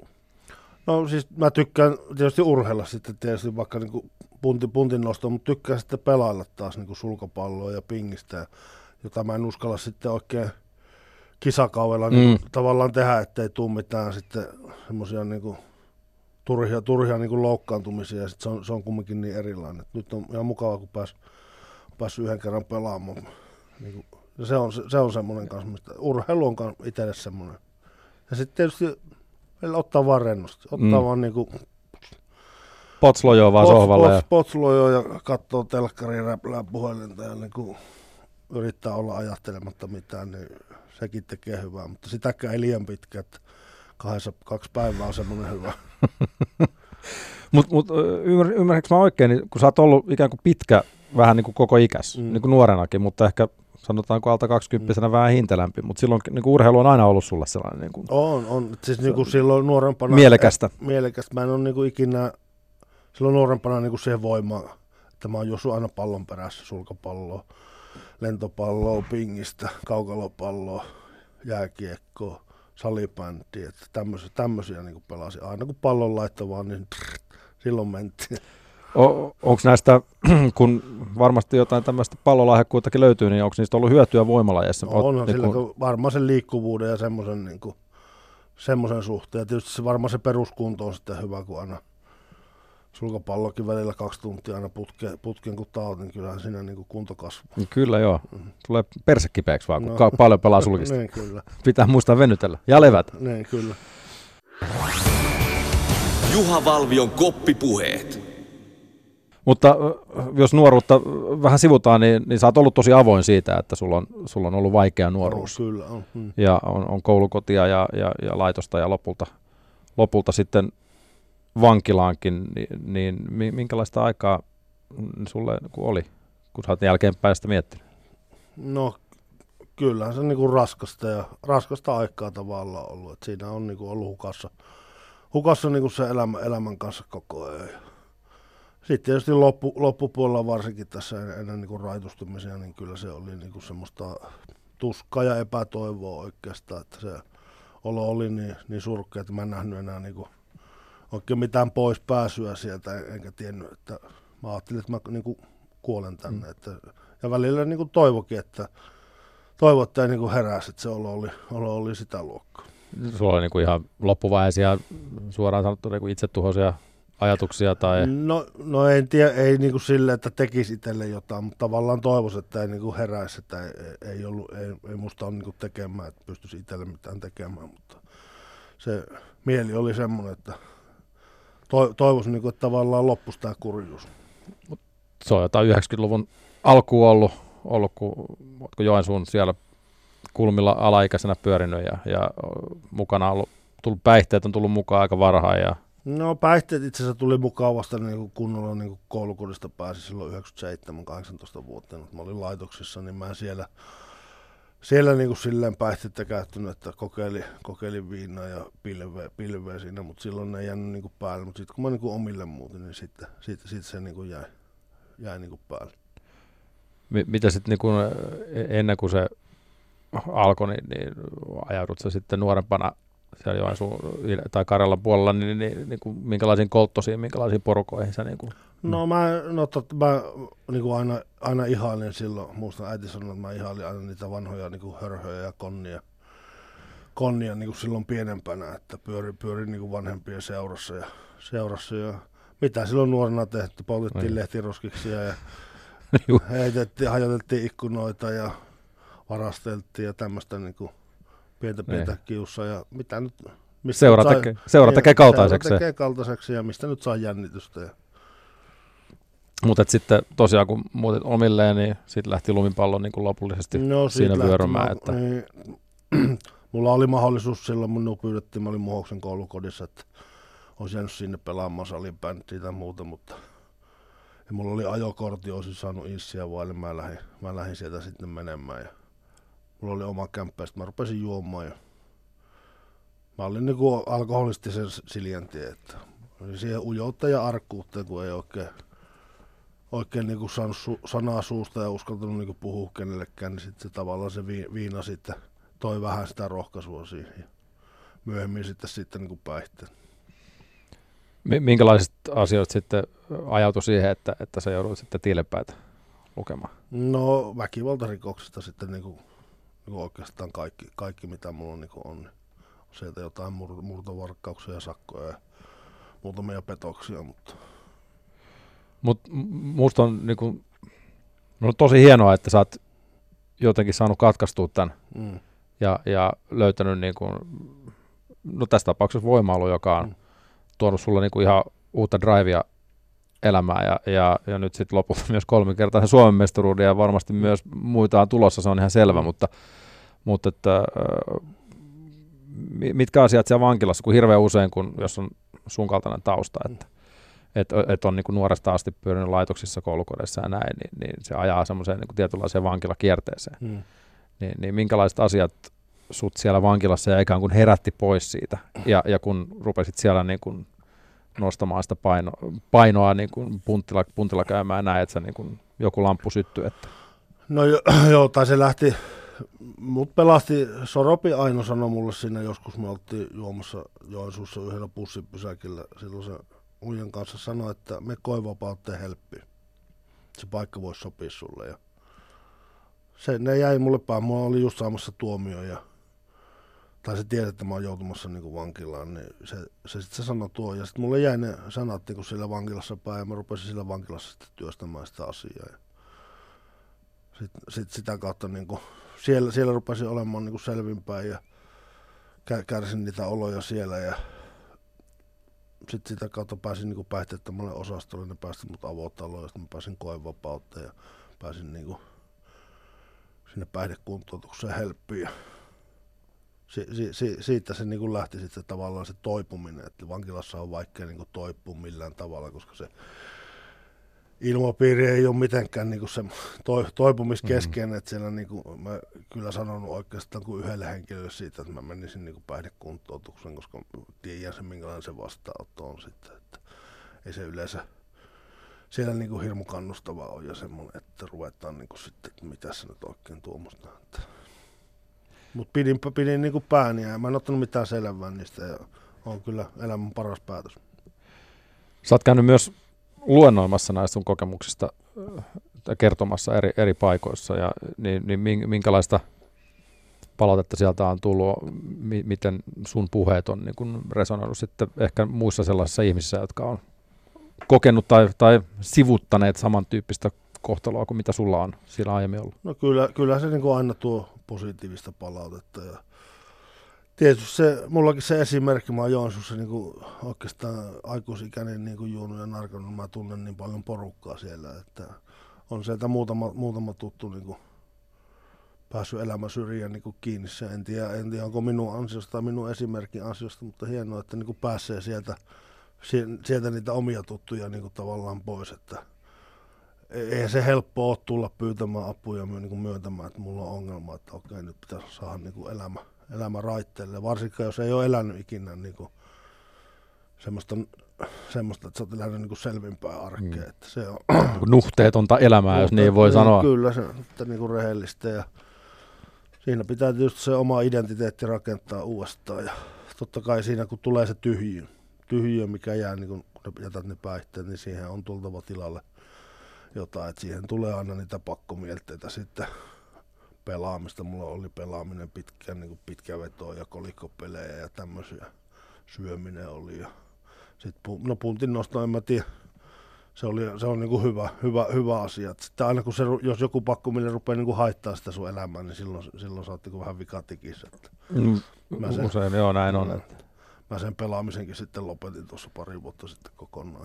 No siis mä tykkään tietysti urheilla sitten tietysti vaikka niin kuin puntin nostoa, mutta tykkään sitten pelailla taas niin kuin sulkapalloa ja pingistä, jota mä en uskalla sitten oikein kisakaudella niin tavallaan tehdä, ettei tule mitään sitten semmoisia niin kuin turhia niin kuin loukkaantumisia, ja sitten se on kumminkin niin erilainen. Nyt on ihan mukava, kun päässyt yhden kerran pelaamaan. Niin kuin, se on semmoinen kanssa, mistä urheilu on itselle semmoinen. Ja sitten tietysti ottaa vaan rennosti. Ottaa vaan niinku potslojoa vaan sohvalle. Potslojoa ja katsoo telkkaria, räplää puhelinta ja niinku yrittää olla ajattelematta mitään, niin sekin tekee hyvää. Mutta sitäkään ei liian pitkä, että 2 päivää on semmoinen hyvä. Mutta ymmärrätkö mä oikein, niin kun sä oot ollut ikään kuin pitkä vähän niin kuin koko ikäs, niin kuin nuorenakin, mutta ehkä sanotaanko alta 20-vuotiaana vähän hintelämpi, mutta silloin niin kuin urheilu on aina ollut sulle sellainen. Niin kuin, on. Siis niin kuin silloin nuorempana. Mielekästä. Mä en ole niin kuin ikinä silloin nuorempana niin kuin siihen voimaan, että mä oon juossut aina pallon perässä, sulkapalloa, lentopalloa, pingistä, kaukalopalloa, jääkiekkoa, salibändiä, että tämmöisiä niin kuin pelasin. Aina kun pallon laittoi vaan, niin silloin mentiin. Onko näistä, kun varmasti jotain tämmöistä pallolahjakkuuttakin löytyy, niin onko niistä ollut hyötyä voimalajeissa? Onhan niin sillä varmaan sen liikkuvuuden ja semmoisen suhteen. Ja tietysti se varmaan se peruskunto on sitten hyvä, kun aina sulkapallokin välillä 2 tuntia aina putken kun taot, niin kyllähän siinä niin kuin kunto kasvaa. Kyllä joo. Tulee persekipeäksi vaan, kun paljon pelaa sulkista. Niin, kyllä. Pitää muistaa venytellä ja levätä. Niin, kyllä. Juha Valvion koppipuheet. Mutta jos nuoruutta vähän sivutaan, niin sä oot ollut tosi avoin siitä, että sulla on ollut vaikea nuoruus. Kyllä on. Ja on koulukotia ja laitosta ja lopulta sitten vankilaankin, niin minkälaista aikaa sulle oli, kun sä oot jälkeenpäin sitä miettinyt? No kyllähän se niinku raskasta aikaa tavallaan ollut. Et siinä on niinku ollut hukassa niinku se elämän kanssa koko ajan. Sitten tietysti loppupuolella varsinkin tässä ennen niinku raitustumisia, niin kyllä se oli niinku semmoista tuskaa ja epätoivoa oikeastaan, että se olo oli niin surkea, että mä en nähnyt enää niinku oikein mitään pois pääsyä sieltä, enkä tiennyt, että mä ajattelin, että mä niinku kuolen tänne. Ja välillä niinku toivokin, että ei niinku heräsi, että se olo oli sitä luokkaa. Sulla oli niinku ihan loppuvaiheisia suoraan sanottuna niinku itsetuhoisia ajatuksia tai? No en tiedä, ei niinku silleen, että tekisi itselle jotain, mutta tavallaan toivoisin, että ei niinku heräisi, että ei musta ole niinku tekemään, että pystyisi itselle mitään tekemään, mutta se mieli oli semmoinen, että toivoisin, niinku, että tavallaan loppuisi tämä kurjuus. Se on jotain 90-luvun alkuun ollut kun Joensuun siellä kulmilla alaikäisenä pyörinyt ja mukana tullut päihteet on tullut mukaan aika varhain. No päihteet itse asiassa tuli mukaan vasta niin kunnolla niin koulukodista pääsi silloin 97-18-vuotiaana. Mä olin laitoksissa, niin mä en siellä niin kuin silleen päihteettä käyttänyt, että kokeilin viinaa ja pilveä siinä, mutta silloin ne ei jäänyt niin kuin päälle. Mutta sitten kun mä niin kuin omille muutin, niin sitten se niin kuin jäi niin kuin päälle. Mitä sitten niin ennen kuin se alkoi, niin ajaudut sä sitten nuorempana siellä Joensuun tai Karjalan puolella, niin kuin minkälaisiin kolttosiin, minkälaisiin porukoihin sä niin kuin? No mä niin kuin aina ihailin silloin, muistan äiti sanoi, että mä ihailin aina niitä vanhoja niin kuin hörhöjä ja konnia niin kuin silloin pienempänä, että pyörin niin kuin vanhempien seurassa ja mitä silloin nuorena tehty, poltettiin lehtiroskiksia ja hajotettiin ikkunoita ja varasteltiin ja tämmöistä niin kuin pientä kiusaa ja mitä nyt. Seura tekee kaltaiseksi. Seura tekee kaltaiseksi ja mistä nyt saa jännitystä. Mutta sitten tosiaan kun muutit omilleen, niin sitten lähti lumipallo niin kuin lopullisesti siinä vyörymään. Niin, mulla oli mahdollisuus silloin, minun pyydettiin, mä olin Muhoksen koulukodissa, että olisi jäänyt sinne pelaamaan salibändiä tai muuta, mutta Ja mulla oli ajokortti, olisin saanut inssiä vaille, mä lähdin sieltä sitten menemään. Ja mulla oli oma kämppä, sitten mä rupesin juomaan. Ja mä olin niinku alkoholistisen siljäntie, että oli siihen ujoutta ja arkkuutta, kun ei oikein niinku saanut sanaa suusta ja uskaltanut niinku puhua kenellekään, niin sitten se tavallaan se viina sitten toi vähän sitä rohkaisua siihen. Ja myöhemmin sitten niinku päihteet. Minkälaiset asioista sitten ajautui siihen, että sä joudut sitten tiilepäitä lukemaan? No väkivaltarikoksista sitten niinku oikeastaan kaikki mitä mulla niinku on. Sieltä jotain murtovarkkauksia ja sakkoja ja muutamia petoksia. Musta on, niinku, on tosi hienoa, että sä oot jotenkin saanut katkaistua tämän ja löytänyt niinku, no tässä tapauksessa voimailu, joka on tuonut sulle niinku ihan uutta drivea elämää ja nyt sitten lopulta myös 3 kertaa Suomen mestaruuden ja varmasti myös muita on tulossa, se on ihan selvä, mutta että, mitkä asiat siellä vankilassa, kun hirveän usein, jos on sun kaltainen tausta, että on niin kuin nuoresta asti pyörinyt laitoksissa, koulukodeissa ja näin, niin se ajaa semmoiseen niin kuin tietynlaiseen vankilakierteeseen. Niin minkälaiset asiat sut siellä vankilassa ja ikään kuin herätti pois siitä, ja kun rupesit siellä niin kuin nostamaan sitä painoa niin kuin puntilla käymään ja näin, että se niin kuin joku lamppu syttyi. Että. No joo, tai se lähti, mut pelasti, Soropi Aino sanoi mulle siinä joskus, me oltiin juomassa Joensuussa yhdellä bussipysäkillä, silloin se Uijan kanssa sanoi, että me koevapauteen helppiin, se paikka voisi sopia sulle. Ja ne jäi mulle päin, mulla oli just saamassa tuomio tai se tiedät, että mä oon joutumassa niin vankilaan, niin se sanoi tuo. Ja sitten mulle jäi ne sanat niin siellä vankilassa päin, ja mä rupesin siellä vankilassa sitten työstämään sitä asiaa. Sitten sitä kautta niin kuin, siellä rupesin olemaan niin selvinpäin ja kärsin niitä oloja siellä. Ja sitten sitä kautta pääsin niin päihteettömälle osastolle, ne päästi mut avotaloon, ja sitten mä pääsin koevapauteen ja pääsin niin sinne päihdekuntoutukseen helppiin. Siitä se niin lähti sitten tavallaan se toipuminen, että vankilassa on vaikea niin toipua millään tavalla, koska se ilmapiiri ei ole mitenkään niin se toipumiskeskeinen, että siellä niin kuin, mä kyllä sanonut oikeastaan kuin yhdelle henkilölle siitä, että mä menisin niin päihdekuntoutukseen, koska tiedän sen minkälainen se vastaanotto on sitten, että ei se yleensä siellä niin kuin hirmu kannustavaa on ja semmoinen, että ruvetaan niin kuin sitten, että mitä se nyt oikein tuommoista. Mutta pidin niin kuin pääni ja mä en ottanut mitään selvää niistä ja on kyllä elämän paras päätös. Sä oot käynyt myös luennoimassa näistä sun kokemuksista kertomassa eri paikoissa, niin minkälaista palautetta sieltä on tullut, miten sun puheet on niin kun resonoinut sitten ehkä muissa sellaisissa ihmisissä, jotka on kokenut tai sivuttaneet samantyyppistä kohtaloa kuin mitä sulla on siinä aiemmin ollut? No kyllä se niin kuin aina tuo positiivista palautetta. Ja tietysti mullakin se esimerkki, mä oon Joensuussa niin kuin oikeastaan aikuisikäinen niin kuin juonut ja narkannut, mä tunnen niin paljon porukkaa siellä, että on sieltä muutama tuttu niin kuin päässyt elämän syrjään niin kuin kiinni. En tiedä onko minun ansiosta tai minun esimerkin ansiosta, mutta hienoa, että niin kuin pääsee sieltä niitä omia tuttuja niin kuin tavallaan pois, että ei se helppoa ole tulla pyytämään apuja niin myöntämään, että mulla on ongelma, että okei, nyt pitäisi saada niin kuin elämä raitteelle. Varsinkaan jos ei ole elänyt ikinä niin kuin semmoista, että sä oot elänyt niin kuin selvinpäin arkea. Että se on nuhteetonta elämää, jos niin voi sanoa. Kyllä, se on niin kuin rehellistä. Ja siinä pitää tietysti se oma identiteetti rakentaa uudestaan. Ja totta kai siinä, kun tulee se tyhjiö mikä jää, niin kun jätät ne päihteet, niin siihen on tultava tilalle jotain, että siihen tulee aina niitä pakkomielteitä sitten pelaamista. Mulla oli pelaaminen pitkään, niin kuin pitkä veto ja kolikkopelejä ja tämmöisiä, syöminen oli. Ja sitten puntin nosto, en mä tiedä, se on niin kuin hyvä asia. Sitten aina kun jos joku pakkominen rupeaa niin kuin haittaa sitä sun elämää, niin silloin sä oot niin kuin vähän vikatikissä. Usein joo, näin on. Että. Mä sen pelaamisenkin sitten lopetin tuossa pari vuotta sitten kokonaan.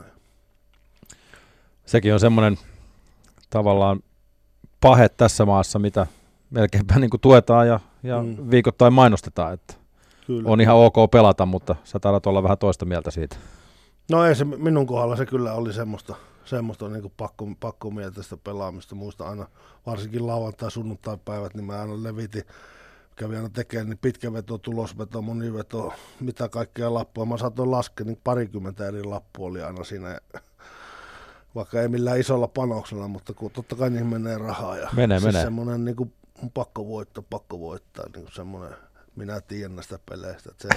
Sekin on semmoinen tavallaan pahe tässä maassa, mitä melkeinpä niin kuin tuetaan ja viikoittain mainostetaan, että kyllä. On ihan ok pelata, mutta sä taidat olla vähän toista mieltä siitä. No ei se, minun kohdalla se kyllä oli semmoista semmoista niin pakkomielteistä pelaamista. Muista aina, varsinkin lauantai- sunnuntai-päivät, niin mä aina levitin, kävin aina tekemään niin pitkä veto, tulosveto, moniveto, mitä kaikkea lappua. Mä saatoin laskea, niin 20 eri lappua oli aina siinä, vaikka ei millään isolla panoksella, mutta kun totta kai niihin menee rahaa. Ja menee. Semmoinen niin kuin, pakko voittaa, niin kuin semmoinen, minä tiedän näistä peleistä, että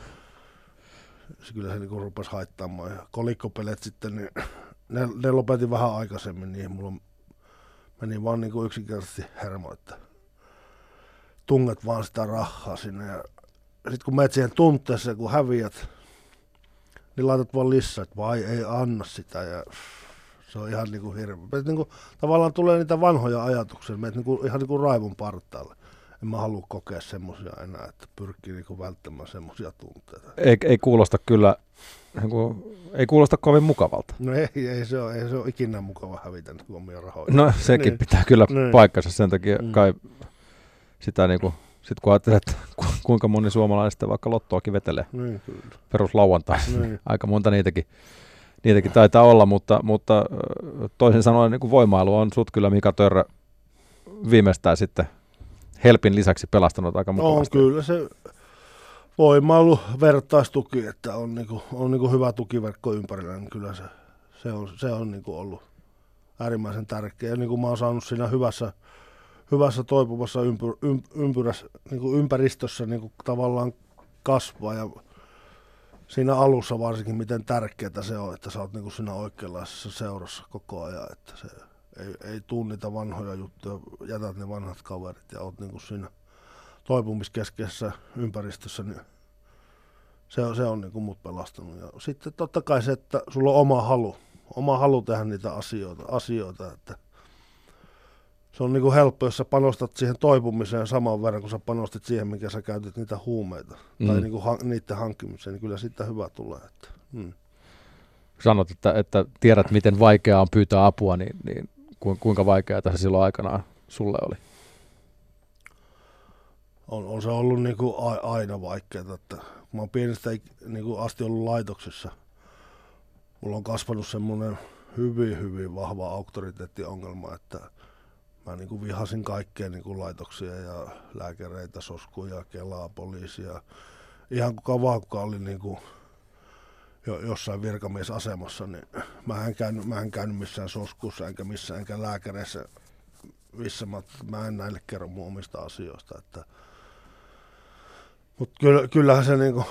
se kyllä se niin kuin rupesi haittaamaan. Ja kolikkopelit sitten, niin ne lopetin vähän aikaisemmin, niin mulla meni vaan niin kuin yksinkertaisesti hermo, että tunget vaan sitä rahaa sinne. Ja sitten kun menet siihen tunteeseen, kun häviät, niin laitat vaan lisää, että vai ei anna sitä. Ja se on ihan niin kuin hirveä. Niin kuin, tavallaan tulee niitä vanhoja ajatuksia, menet niin kuin, ihan niin kuin raivon partaalle. En mä halua kokea semmoisia enää, että pyrkii niin kuin välttämään semmoisia tunteita. Ei kuulosta kyllä, ei kuulosta kovin mukavalta. No ei se ole ikinä mukava hävitä niin omia rahoja. No sekin niin pitää kyllä paikkansa, sen takia kai sitä niinku, sit kun ajattelet, että kuinka moni suomalainen sitten vaikka lottoakin vetelee peruslauantai, aika monta niitäkin taitaa olla, mutta toisin sanoen niin voimailu on sut kyllä Mika Törrö viimeistään sitten Helpin lisäksi pelastanut aika mukavasti. On kyllä se voimailu, vertaistuki, että on niinku hyvä tukiverkko ympärillä, niin kyllä se on niinku ollut äärimmäisen tärkeä. Ja niin kuin mä oon saanut siinä hyvässä toipuvassa ympäristössä niinku tavallaan kasvaa ja siinä alussa varsinkin miten tärkeää se on, että sä oot niinku siinä oikeanlaisessa seurassa koko ajan, että se ei tuu niitä vanhoja juttuja, jätät ne vanhat kaverit ja oot niinku siinä toipumiskeskeisessä ympäristössä, niin se on niinku mut pelastanut. Ja sitten totta kai se, että sulla on oma halu tehdä niitä asioita, että se on niinku helppo, jos sä panostat siihen toipumiseen saman verran, kun sä panostit siihen, mikä sä käytit niitä huumeita tai niinku niiden hankkimiseen, niin kyllä siitä hyvä tulee. Että, Sanot, että tiedät, miten vaikeaa on pyytää apua, niin kuinka vaikeaa se silloin aikanaan sulle oli? On se ollut niinku aina vaikeaa, että kun mä oon pienestä niinku asti ollut laitoksissa, mulla on kasvanut semmoinen hyvin vahva auktoriteettiongelma, että mä niinku vihasin kaikkea niinku laitoksia ja lääkäreitä, soskuja, Kelaa, poliisia. Ihan kuka oli niinku jossain virkamiesasemassa, niin mä en käynyt missään soskussa enkä lääkäreissä, missä mä en näille kerro mun omista asioista. Mutta kyllähän se niinku,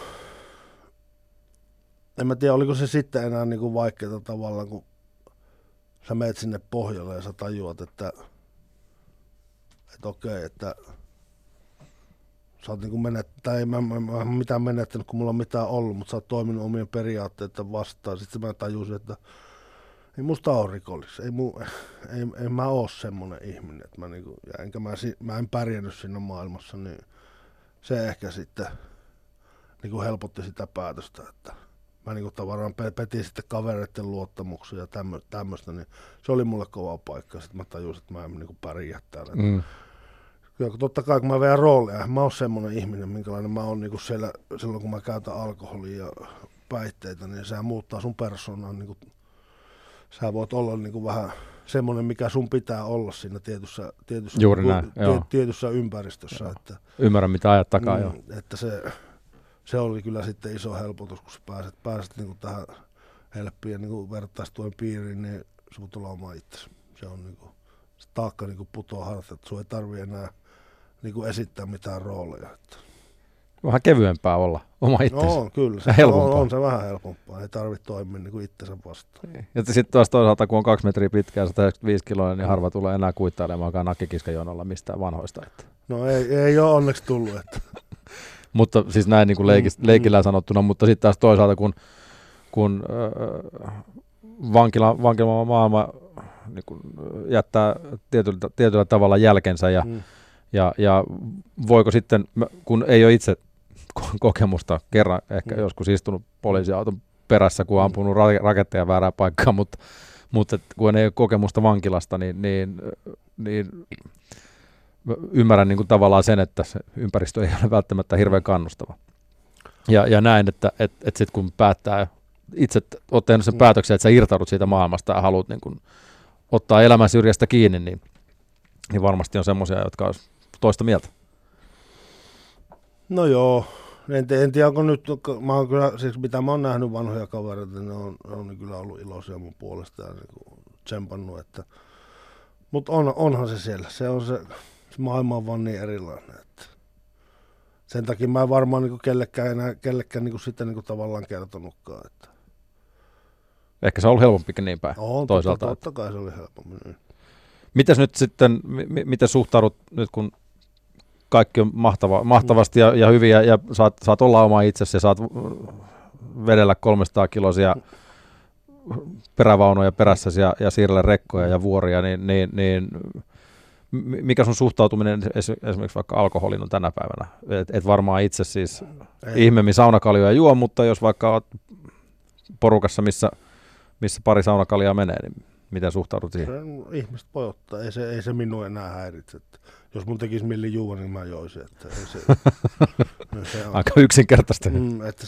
en mä tiedä oliko se sitten enää niinku vaikeaa tavallaan, kun sä meet sinne pohjalle ja sä tajuat, että okei, että sä oot niinku tai mä mitään menettänyt, kun mulla on mitään ollut, mutta sä oot toiminut omien periaatteiden vastaan. Sitten mä tajusin, että ei musta ole rikollis. Ei mä oo semmonen ihminen, että mä en pärjännyt siinä maailmassa, niin se ehkä sitten niinku helpotti sitä päätöstä, että mä niinku tavallaan petin sitten kavereiden luottamuksia ja tämmöistä, niin se oli mulle kova paikka. Sitten mä tajusin, että mä en niinku pärjää täällä. Kyllä, totta kai kun mä vedän roolia, mä oon semmoinen ihminen, minkälainen mä oon niinku silloin kun mä käytän alkoholia ja päihteitä, niin sehän muuttaa sun persoonaa. Niinku, sä voit olla niinku vähän semmoinen, mikä sun pitää olla siinä tietyssä ympäristössä. Että, ymmärrän, mitä ajat takaa jo. Että se oli kyllä sitten iso helpotus, kun sä pääset niinku tähän helppiin niinku vertaistuen piiriin, niin sun tulee oma itsesi. Se on niinku, se taakka niinku putoaa harta, että sun ei tarvitse enää niinku esittää mitään rooleja. Että. Vähän kevyempää olla oma itsensä. No kyllä, se on se vähän helpompaa, ei tarvitse toimia niinku itsensä vastaan. Ja sitten taas toisaalta, kun on 2 metriä pitkä ja 195 kiloa, niin harva tulee enää kuittailemaankaan nakkikiskajonolla mistään vanhoista. Että. No ei ole onneksi tullut. Että. Mutta siis näin niin kuin leikillä sanottuna, mutta sitten taas toisaalta, kun vankila maailma niin kuin jättää tietyllä tavalla jälkensä ja voiko sitten, kun ei ole itse kokemusta, kerran ehkä joskus istunut poliisiauton perässä, kun on ampunut raketteja väärään paikkaan, mutta kun ei ole kokemusta vankilasta, niin ymmärrän niin kuin tavallaan sen, että se ympäristö ei ole välttämättä hirveän kannustava. Ja näin, että sitten kun päättää itse olet tehnyt sen päätöksen, että sä irtaudut siitä maailmasta ja haluat niin kuin ottaa elämän syrjästä kiinni, niin varmasti on semmoisia, jotka on toista mieltä. No joo, en tiedä onko nyt, mä oon kyllä, siis mitä mä oon nähnyt vanhoja kavereita, ne on kyllä ollut iloisia mun puolesta ja niin tsempannut, että mutta onhan se siellä, se maailma on vaan niin erilainen, että sen takia mä en varmaan niin kellekään niin sitten niin tavallaan kertonutkaan. Että. Ehkä se on ollut helpompikin niin päin toisaalta. Totta kai se oli helpommin. Niin. Mites nyt sitten, miten suhtaudut nyt, kun kaikki on mahtavasti ja hyviä ja saat olla oma itsesi ja saat vedellä 300 kiloisia perävaunoja perässäsi ja siirrellä rekkoja ja vuoria, niin mikä sun suhtautuminen esimerkiksi vaikka alkoholiin on tänä päivänä? Et varmaan itse siis ihmeemmin saunakaljoja juo, mutta jos vaikka olet porukassa, missä pari saunakaljaa menee, niin miten suhtaudut siihen? Ihmiset voi ottaa, ei se minua enää häiritse. Että jos mun tekisi milli juua, niin mä joisin. Että se on. Aika yksinkertaista. Että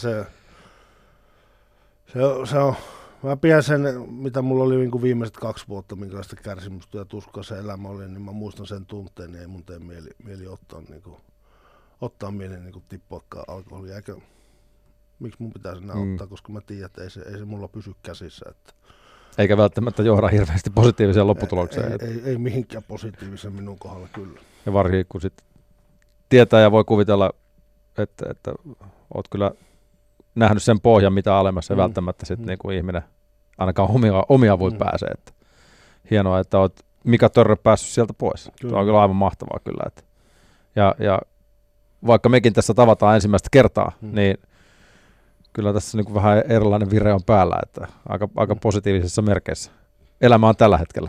se on. Mä pidän sen, mitä mulla oli niin viimeiset 2 vuotta, minkälaista kärsimystä ja tuskaa se elämä oli, niin mä muistan sen tunteen, niin ei mun tee mieli ottaa mieli niin tippuakaan alkoholia. Eikä, miksi mun pitäisi enää ottaa, koska mä tiedän, että ei se mulla pysy käsissä. Että eikä välttämättä johda hirveästi positiiviseen lopputulokseen. Ei mihinkään positiivisen minun kohdalla kyllä. Ja varsinkin kun sit tietää ja voi kuvitella, että oot kyllä nähnyt sen pohjan, mitä alemmassa, ja välttämättä sitten niin kuin ihminen ainakaan omia voi pääsee. Että hienoa, että oot Mika Törrö päässyt sieltä pois. Kyllä. Se on kyllä aivan mahtavaa kyllä. Että ja vaikka mekin tässä tavataan ensimmäistä kertaa, niin kyllä tässä niin kuin vähän erilainen vire on päällä, että aika positiivisissa merkeissä. Elämä on tällä hetkellä.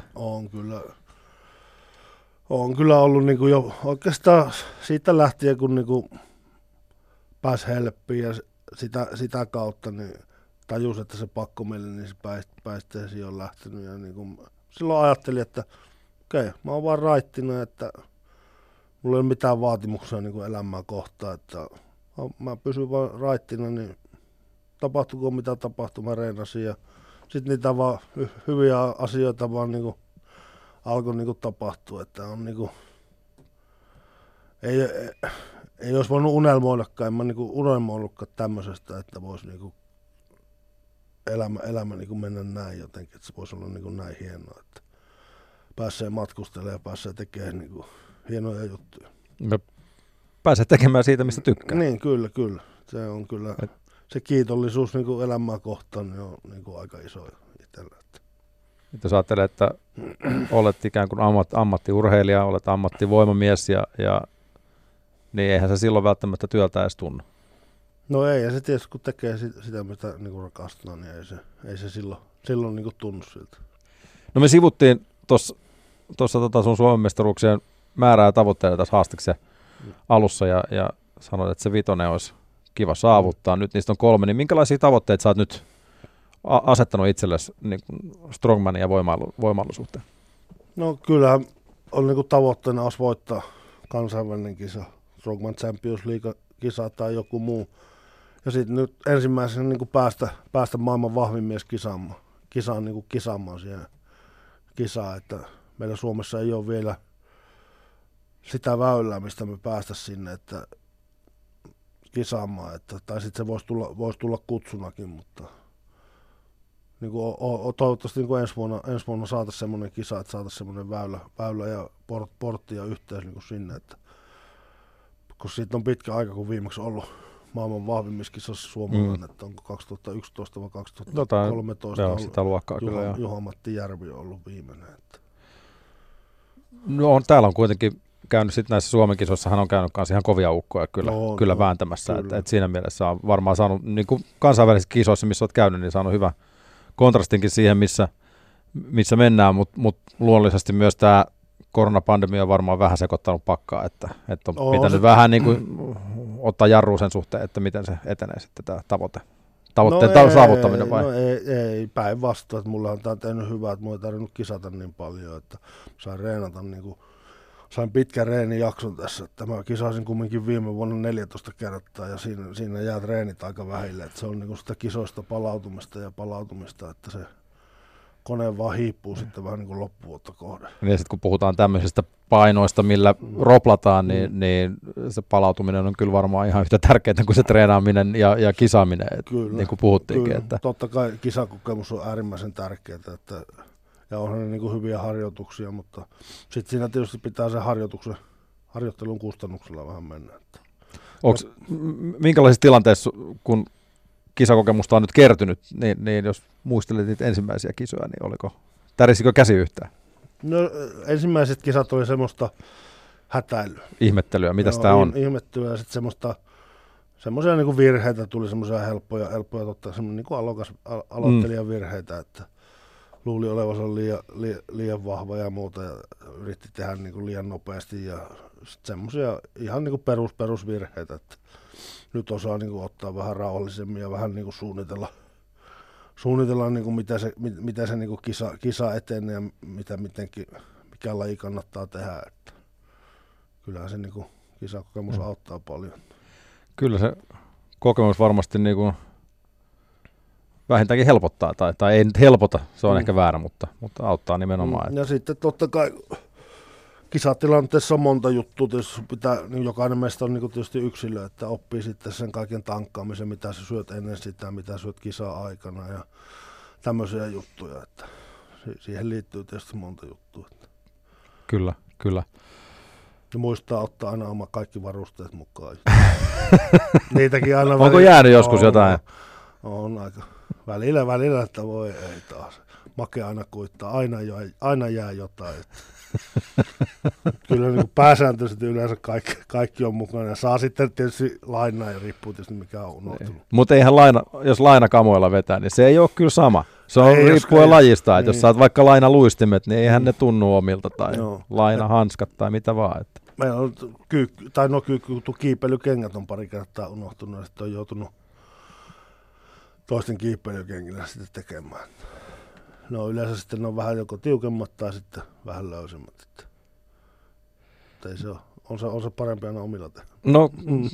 On kyllä ollut niin kuin jo oikeastaan siitä lähtien, kun niin kuin pääsi helppiin ja sitä kautta niin tajus, että se pakkomieli, niin se päihteisiin on lähtenyt. Ja niin kuin silloin ajattelin, että okei, mä oon vaan raittina, että mulla ei ole mitään vaatimuksia niin kuin elämää kohtaan, että mä pysyn vaan raittina, niin tapahtuiko mitä tapahtui, mä reenasin ja sitten niitä vaan hyviä asioita vaan niin kuin alkoi niin kuin tapahtua, että on niin kuin, ei olisi voinut unelmoidakaan, en mä niin kuin unelmoinutkaan tämmöisestä, että voisi niin kuin elämä niin kuin mennä näin jotenkin, että se voisi olla niin kuin näin hienoa, että pääsee matkustelemaan ja pääsee tekemään niin kuin hienoja juttuja. Pääsee tekemään siitä, mistä tykkää. Niin, kyllä. Se on kyllä, se kiitollisuus niin kuin elämää kohtaan niin on niin kuin aika iso itsellä. Jos ajattelee, että olet ikään kuin ammattiurheilija, olet ammattivoimamies, niin eihän se silloin välttämättä työltä edes tunnu. No ei, ja se tietysti kun tekee sitä, mitä niin kuin rakastaa, niin ei se silloin niin kuin tunnu siltä. No me sivuttiin tuossa sun Suomen mestaruuksien määrää ja tavoitteita tässä haastiksen alussa, ja sanoit, että se 5 olisi kiva saavuttaa. Nyt niistä on 3, niin minkälaisia tavoitteita sä oot nyt asettanut itsellesi niin strongmanin ja voimailun suhteen? No kyllä on niin kuin tavoitteena olisi voittaa kansainvälinen kisa, Strongman Champions League-kisa tai joku muu. Ja sitten nyt ensimmäisenä niin kuin päästä maailman vahvin mies kisaamaan siihen kisaan, että meillä Suomessa ei ole vielä sitä väylää, mistä me päästä sinne, että kisaamaan, tai sitten se voisi tulla kutsunakin, mutta niin kuin toivottavasti niin kuin ensi vuonna saataisiin semmoinen kisa, että saataisiin semmoinen väylä ja portti ja yhteys niin kuin sinne, että kun siitä on pitkä aika, kun viimeksi ollut maailman vahvimmissa kisassa suomalainen, että onko 2011 vai 2013 joo, sitä luokkaa kyllä. Juha-Matti Järvi on ollut viimeinen. Että. No täällä on kuitenkin käynyt sitten näissä Suomen kisoissa, hän on käynyt kanssa ihan kovia ukkoja kyllä vääntämässä, kyllä. Että siinä mielessä on varmaan saanut, niin kuin kansainvälisissä kisoissa, missä olet käynyt, niin saanut hyvä kontrastinkin siihen, missä mennään, mutta luonnollisesti myös tämä koronapandemia on varmaan vähän sekoittanut pakkaa, että on pitänyt vähän niin kuin ottaa jarruun sen suhteen, että miten se etenee sitten tämä tavoitteen saavuttaminen vai? No ei päinvastoin, että mulla on tämä tehnyt hyvää, että mulla ei tarvinnut kisata niin paljon, että saan reenata niin kuin sain pitkän reenijakson tässä, että mä kisasin kumminkin viime vuonna 14 kertaa ja siinä jää treenit aika vähille, että se on niinku sitä kisoista palautumista, että se kone vaan hiippuu sitten vähän niin kuin loppuvuotta kohden. Ja sitten kun puhutaan tämmöisistä painoista, millä roplataan, niin se palautuminen on kyllä varmaan ihan yhtä tärkeää kuin se treenaaminen ja kisaaminen, niin kuin puhuttiinkin. Kyllä. Että Totta kai kisakokemus on äärimmäisen tärkeää, ja onhan ne niin kuin hyviä harjoituksia, mutta sitten siinä tietysti pitää se harjoittelun kustannuksella vähän mennä. Minkälaisissa tilanteissa, kun kisakokemusta on nyt kertynyt, niin jos muistelet niitä ensimmäisiä kisoja, niin tärisikö käsi yhtään? No ensimmäiset kisat oli semmoista hätäilyä. Ihmettelyä, mitäs tää on? Ihmettelyä ja sitten semmoisia niin kuin virheitä tuli, semmoisia helppoja semmoinen niin kuin aloittelijan virheitä, että luuli olevansa liian vahva ja muuta ja yritti tehdä niin kuin liian nopeasti ja semmoisia ihan niin kuin perusvirheitä, että nyt osaa niin kuin ottaa vähän rauhallisemmin ja vähän niin kuin suunnitella niin kuin mitä se niin kuin kisa etenee ja mikä laji kannattaa tehdä. Että kyllähän se niin kuin kisakokemus auttaa paljon. Kyllä se kokemus varmasti niin kuin vähintäänkin helpottaa, tai ei nyt helpota, se on ehkä väärä, mutta auttaa nimenomaan. Ja sitten totta kai kisatilanteessa on monta juttua, tietysti niin jokainen meistä on niin tietysti yksilö, että oppii sitten sen kaiken tankkaamisen, mitä sä syöt ennen sitä, mitä syöt kisa-aikana ja tämmöisiä juttuja, että siihen liittyy tietysti monta juttua. Kyllä. Ja muistaa ottaa aina oma kaikki varusteet mukaan. Niitäkin aina onko jäänyt joskus jotain? On aika. Välillä, että voi ei taas. Make aina kuittaa, aina jää jotain. Kyllä niin pääsääntöisesti yleensä kaikki on mukana ja saa sitten tietysti lainaa ja riippuu tietysti mikä on unohtunut. Mutta eihän jos lainakamoilla vetää, niin se ei ole kyllä sama. Se on riippuen lajista, että jos saat vaikka lainaluistimet, niin eihän ne tunnu omilta tai lainahanskat tai mitä vaan. Että. Meillä on kiipeilykengät on pari kertaa unohtunut ja sitten on joutunut toisten kiipeilykengillä sitten tekemään. No yleensä sitten ne on vähän joko tiukemmat tai sitten vähän löysemmät. Ei se on se parempi aina omilla tehdä. No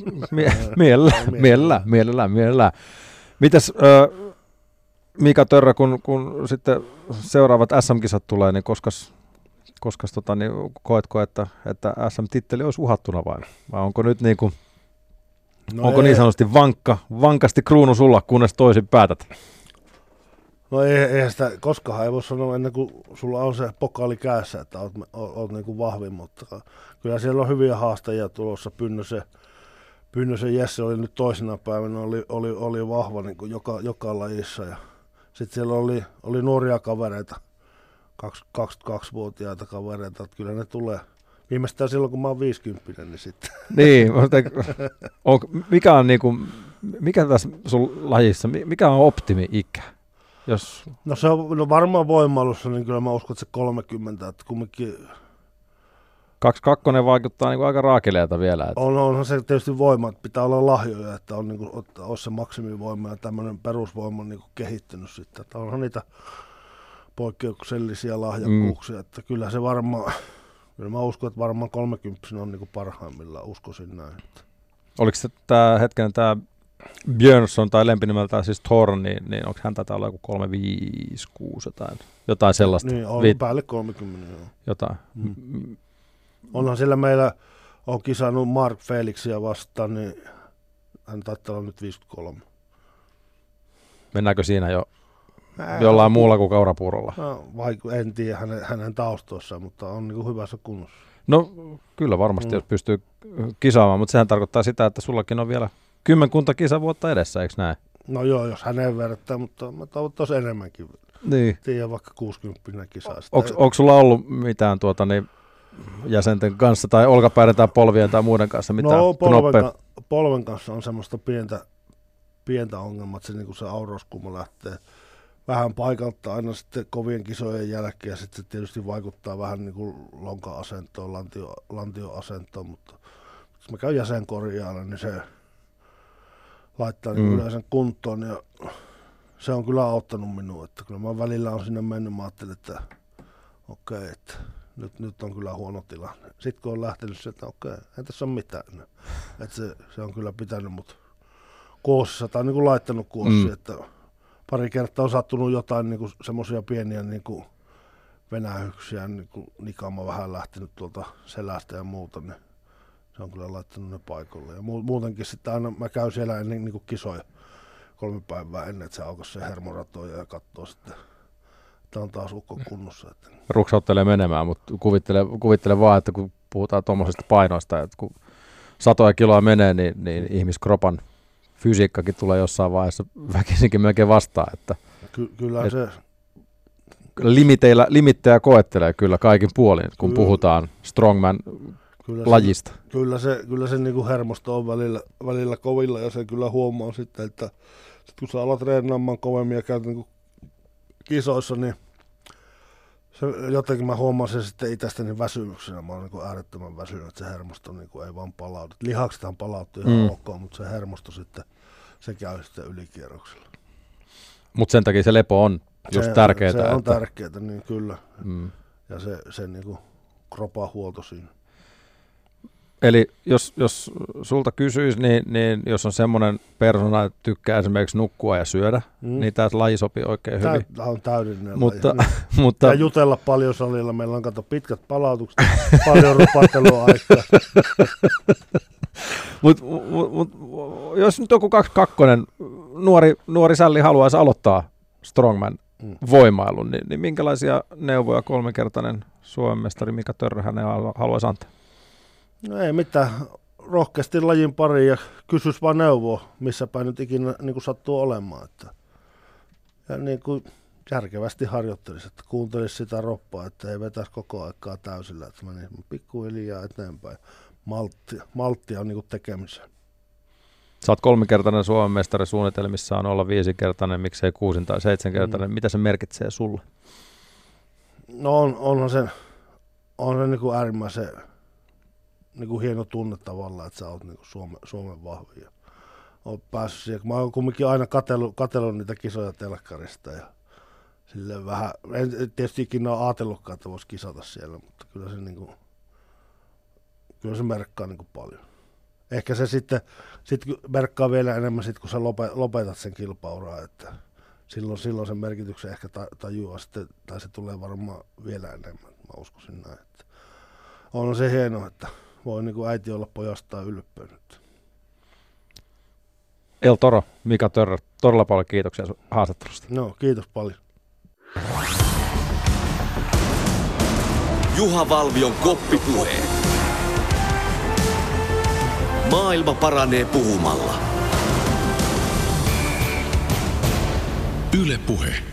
mielellään. Mitäs Mika Törrä, kun sitten seuraavat SM-kisat tulee, niin koskas niin koetko, että SM-titteli olisi uhattuna vai onko nyt niin kuin, onko niin sanotusti vankasti kruunu sulla, kunnes toisin päätät? No eihän sitä, koskaan ei voi sanoa ennen kuin sulla on se pokaali kädessä, että oot niin kuin vahvin, mutta kyllä siellä on hyviä haastajia tulossa. Pynnösen Jesse oli nyt toisena päivänä, oli vahva niin kuin joka lajissa ja sitten siellä oli nuoria kavereita, 22-vuotiaita kavereita, että kyllä ne tulee. Viimeistään silloin, kun mä oon 50, niin sitten. Niin, mikä tässä sun lajissa, mikä on optimi-ikä? No se on varmaan voimailussa, niin kyllä mä uskon, että se 30, että kumminkin. 22 vaikuttaa niin kuin aika raakeleelta vielä. Että. Onhan se tietysti voima, että pitää olla lahjoja, että on niin kuin, olisi se maksimivoima ja tämmöinen perusvoima niin kuin kehittynyt sitten. Että onhan niitä poikkeuksellisia lahjakkuuksia, että kyllä se varmaan, kyllä mä uskon, että varmaan 30 on niin kuin parhaimmillaan, uskoisin näin. Oliko se tämä Björnsson tai lempinimeltään siis Thor, niin onko hän taitaa olla joku 356 jotain sellaista? Niin, on päälle 30. Joo. Jotain. Onhan siellä meillä, on kisannut Mark Felixia vastaan, niin hän taitaa olla nyt 53. Mennäänkö siinä jo jollain muulla kuin kaurapuurolla? No, en tiedä hänen taustoissaan, mutta on niin kuin hyvässä kunnossa. No kyllä varmasti, jos pystyy kisaamaan, mutta sehän tarkoittaa sitä, että sullakin on vielä 10 kisavuotta edessä, eikö näin? No joo, jos häneen verrattää, mutta mä toivottavasti enemmänkin. Niin. Tiedän vaikka 60 kisaa. Onko sulla ollut mitään jäsenten kanssa tai olkapäiden tai polvien tai muiden kanssa mitään polven kanssa on semmoista pientä ongelmaa, että se aurauskulma lähtee vähän paikalta aina sitten kovien kisojen jälkeen ja sitten se tietysti vaikuttaa vähän niin kuin lonka-asentoon, lantioasentoon, mutta jos mä käyn jäsenkorjaalla, niin se laittaa niin yleensä kuntoon ja se on kyllä auttanut minua, että kyllä mä välillä on sinne mennyt, mä ajattelin, että okei, että nyt on kyllä huono tilanne. Sitten kun on lähtenyt se, että okei, ei tässä ole mitään. Että se on kyllä pitänyt mut kuosissa tai niin kuin laittanut kuossia, että pari kertaa on sattunut jotain niin semmoisia pieniä niin kuin venähyksiä, niin kuin nikaama vähän lähtenyt tuolta selästä ja muuta, niin se on kyllä laittanut ne paikalle. Ja muutenkin sitten aina mä käyn siellä ennen niin kuin kisoja 3 päivää ennen, että se aukaisi se hermoratoja ja katsoo sitten, että on taas ukko kunnossa. Että ruksauttelee menemään, mutta kuvittele vaan, että kun puhutaan tuommoisesta painoista, että kun 100 kiloa menee, niin ihmiskropan fysiikkakin tulee jossain vaiheessa väkisinkin melkein vastaan. Että kyllä se limittejä koettelee kyllä kaikin puolin, kun puhutaan strongman-lajista. Kyllä se niin kuin hermosto on välillä kovilla ja se kyllä huomaa sitten, että kun sä alat treenaamaan kovemmin ja käyt niin kisoissa, niin se, jotenkin mä huomaan sen sitten itsestäni väsymyksenä. Mä oon niin kuin äärettömän väsynyt, että se hermosto niin kuin ei vaan palaudu. Lihaksethan palautuu ihan ok, mutta se hermosto sitten, se käy sitten ylikierroksella. Mutta sen takia se lepo on just tärkeää. Se on tärkeää, niin kyllä. Ja se niin kuin kropan huolto siinä. Eli jos sulta kysyisi, niin jos on semmoinen persona, että tykkää esimerkiksi nukkua ja syödä, niin tämä laji sopii oikein hyvin. Tämä on täydellinen mutta ja jutella paljon salilla. Meillä on pitkät palautukset, paljon rupatteluaikaa. Mut, jos nyt joku 22 nuori sälli haluaisi aloittaa strongman voimailun, niin minkälaisia neuvoja 3-kertainen Suomen mestari Mika Törrö hänen haluaisi antaa? No ei mitään, rohkeasti lajin pariin ja kysyisi vaan neuvoa, missä päin nyt ikinä niin kuin sattuu olemaan. Ja niin kuin järkevästi harjoittelisi, että kuuntelisi sitä roppaa, että ei vetäisi koko aikaa täysillä, että menisi pikkuhiljaa eteenpäin. Malttia on niin kuin tekemiseen. Sä oot 3-kertainen Suomen mestari, suunnitelmissa on olla 5-kertainen, miksei 6- tai 7-kertainen. Mitä se merkitsee sulle? No onhan se niin kuin äärimmäisen niin kuin hieno tunne tavallaan, että sä oot niin kuin Suomen vahvin. Oot päässyt siihen. Mä oon kumminkin aina katsellut niitä kisoja telkkarista ja silleen vähän, en tietysti ikinä ole ajatellutkaan, että voisi kisata siellä, mutta kyllä se merkkaa niin kuin paljon. Ehkä se sitten merkkaa vielä enemmän sit, kun sä lopetat sen kilpauraa, että silloin sen merkityksen ehkä tajuaa sitten, tai se tulee varmaan vielä enemmän, mä uskoisin näin. Että on se hienoa, että voi niin kuin äiti olla pojastaan ylpeä nyt. El Toro, Mika Törrö, todella paljon kiitoksia haastattelusta. No, kiitos paljon. Juha Valvion koppipuheet. Maailma paranee puhumalla. Yle Puhe.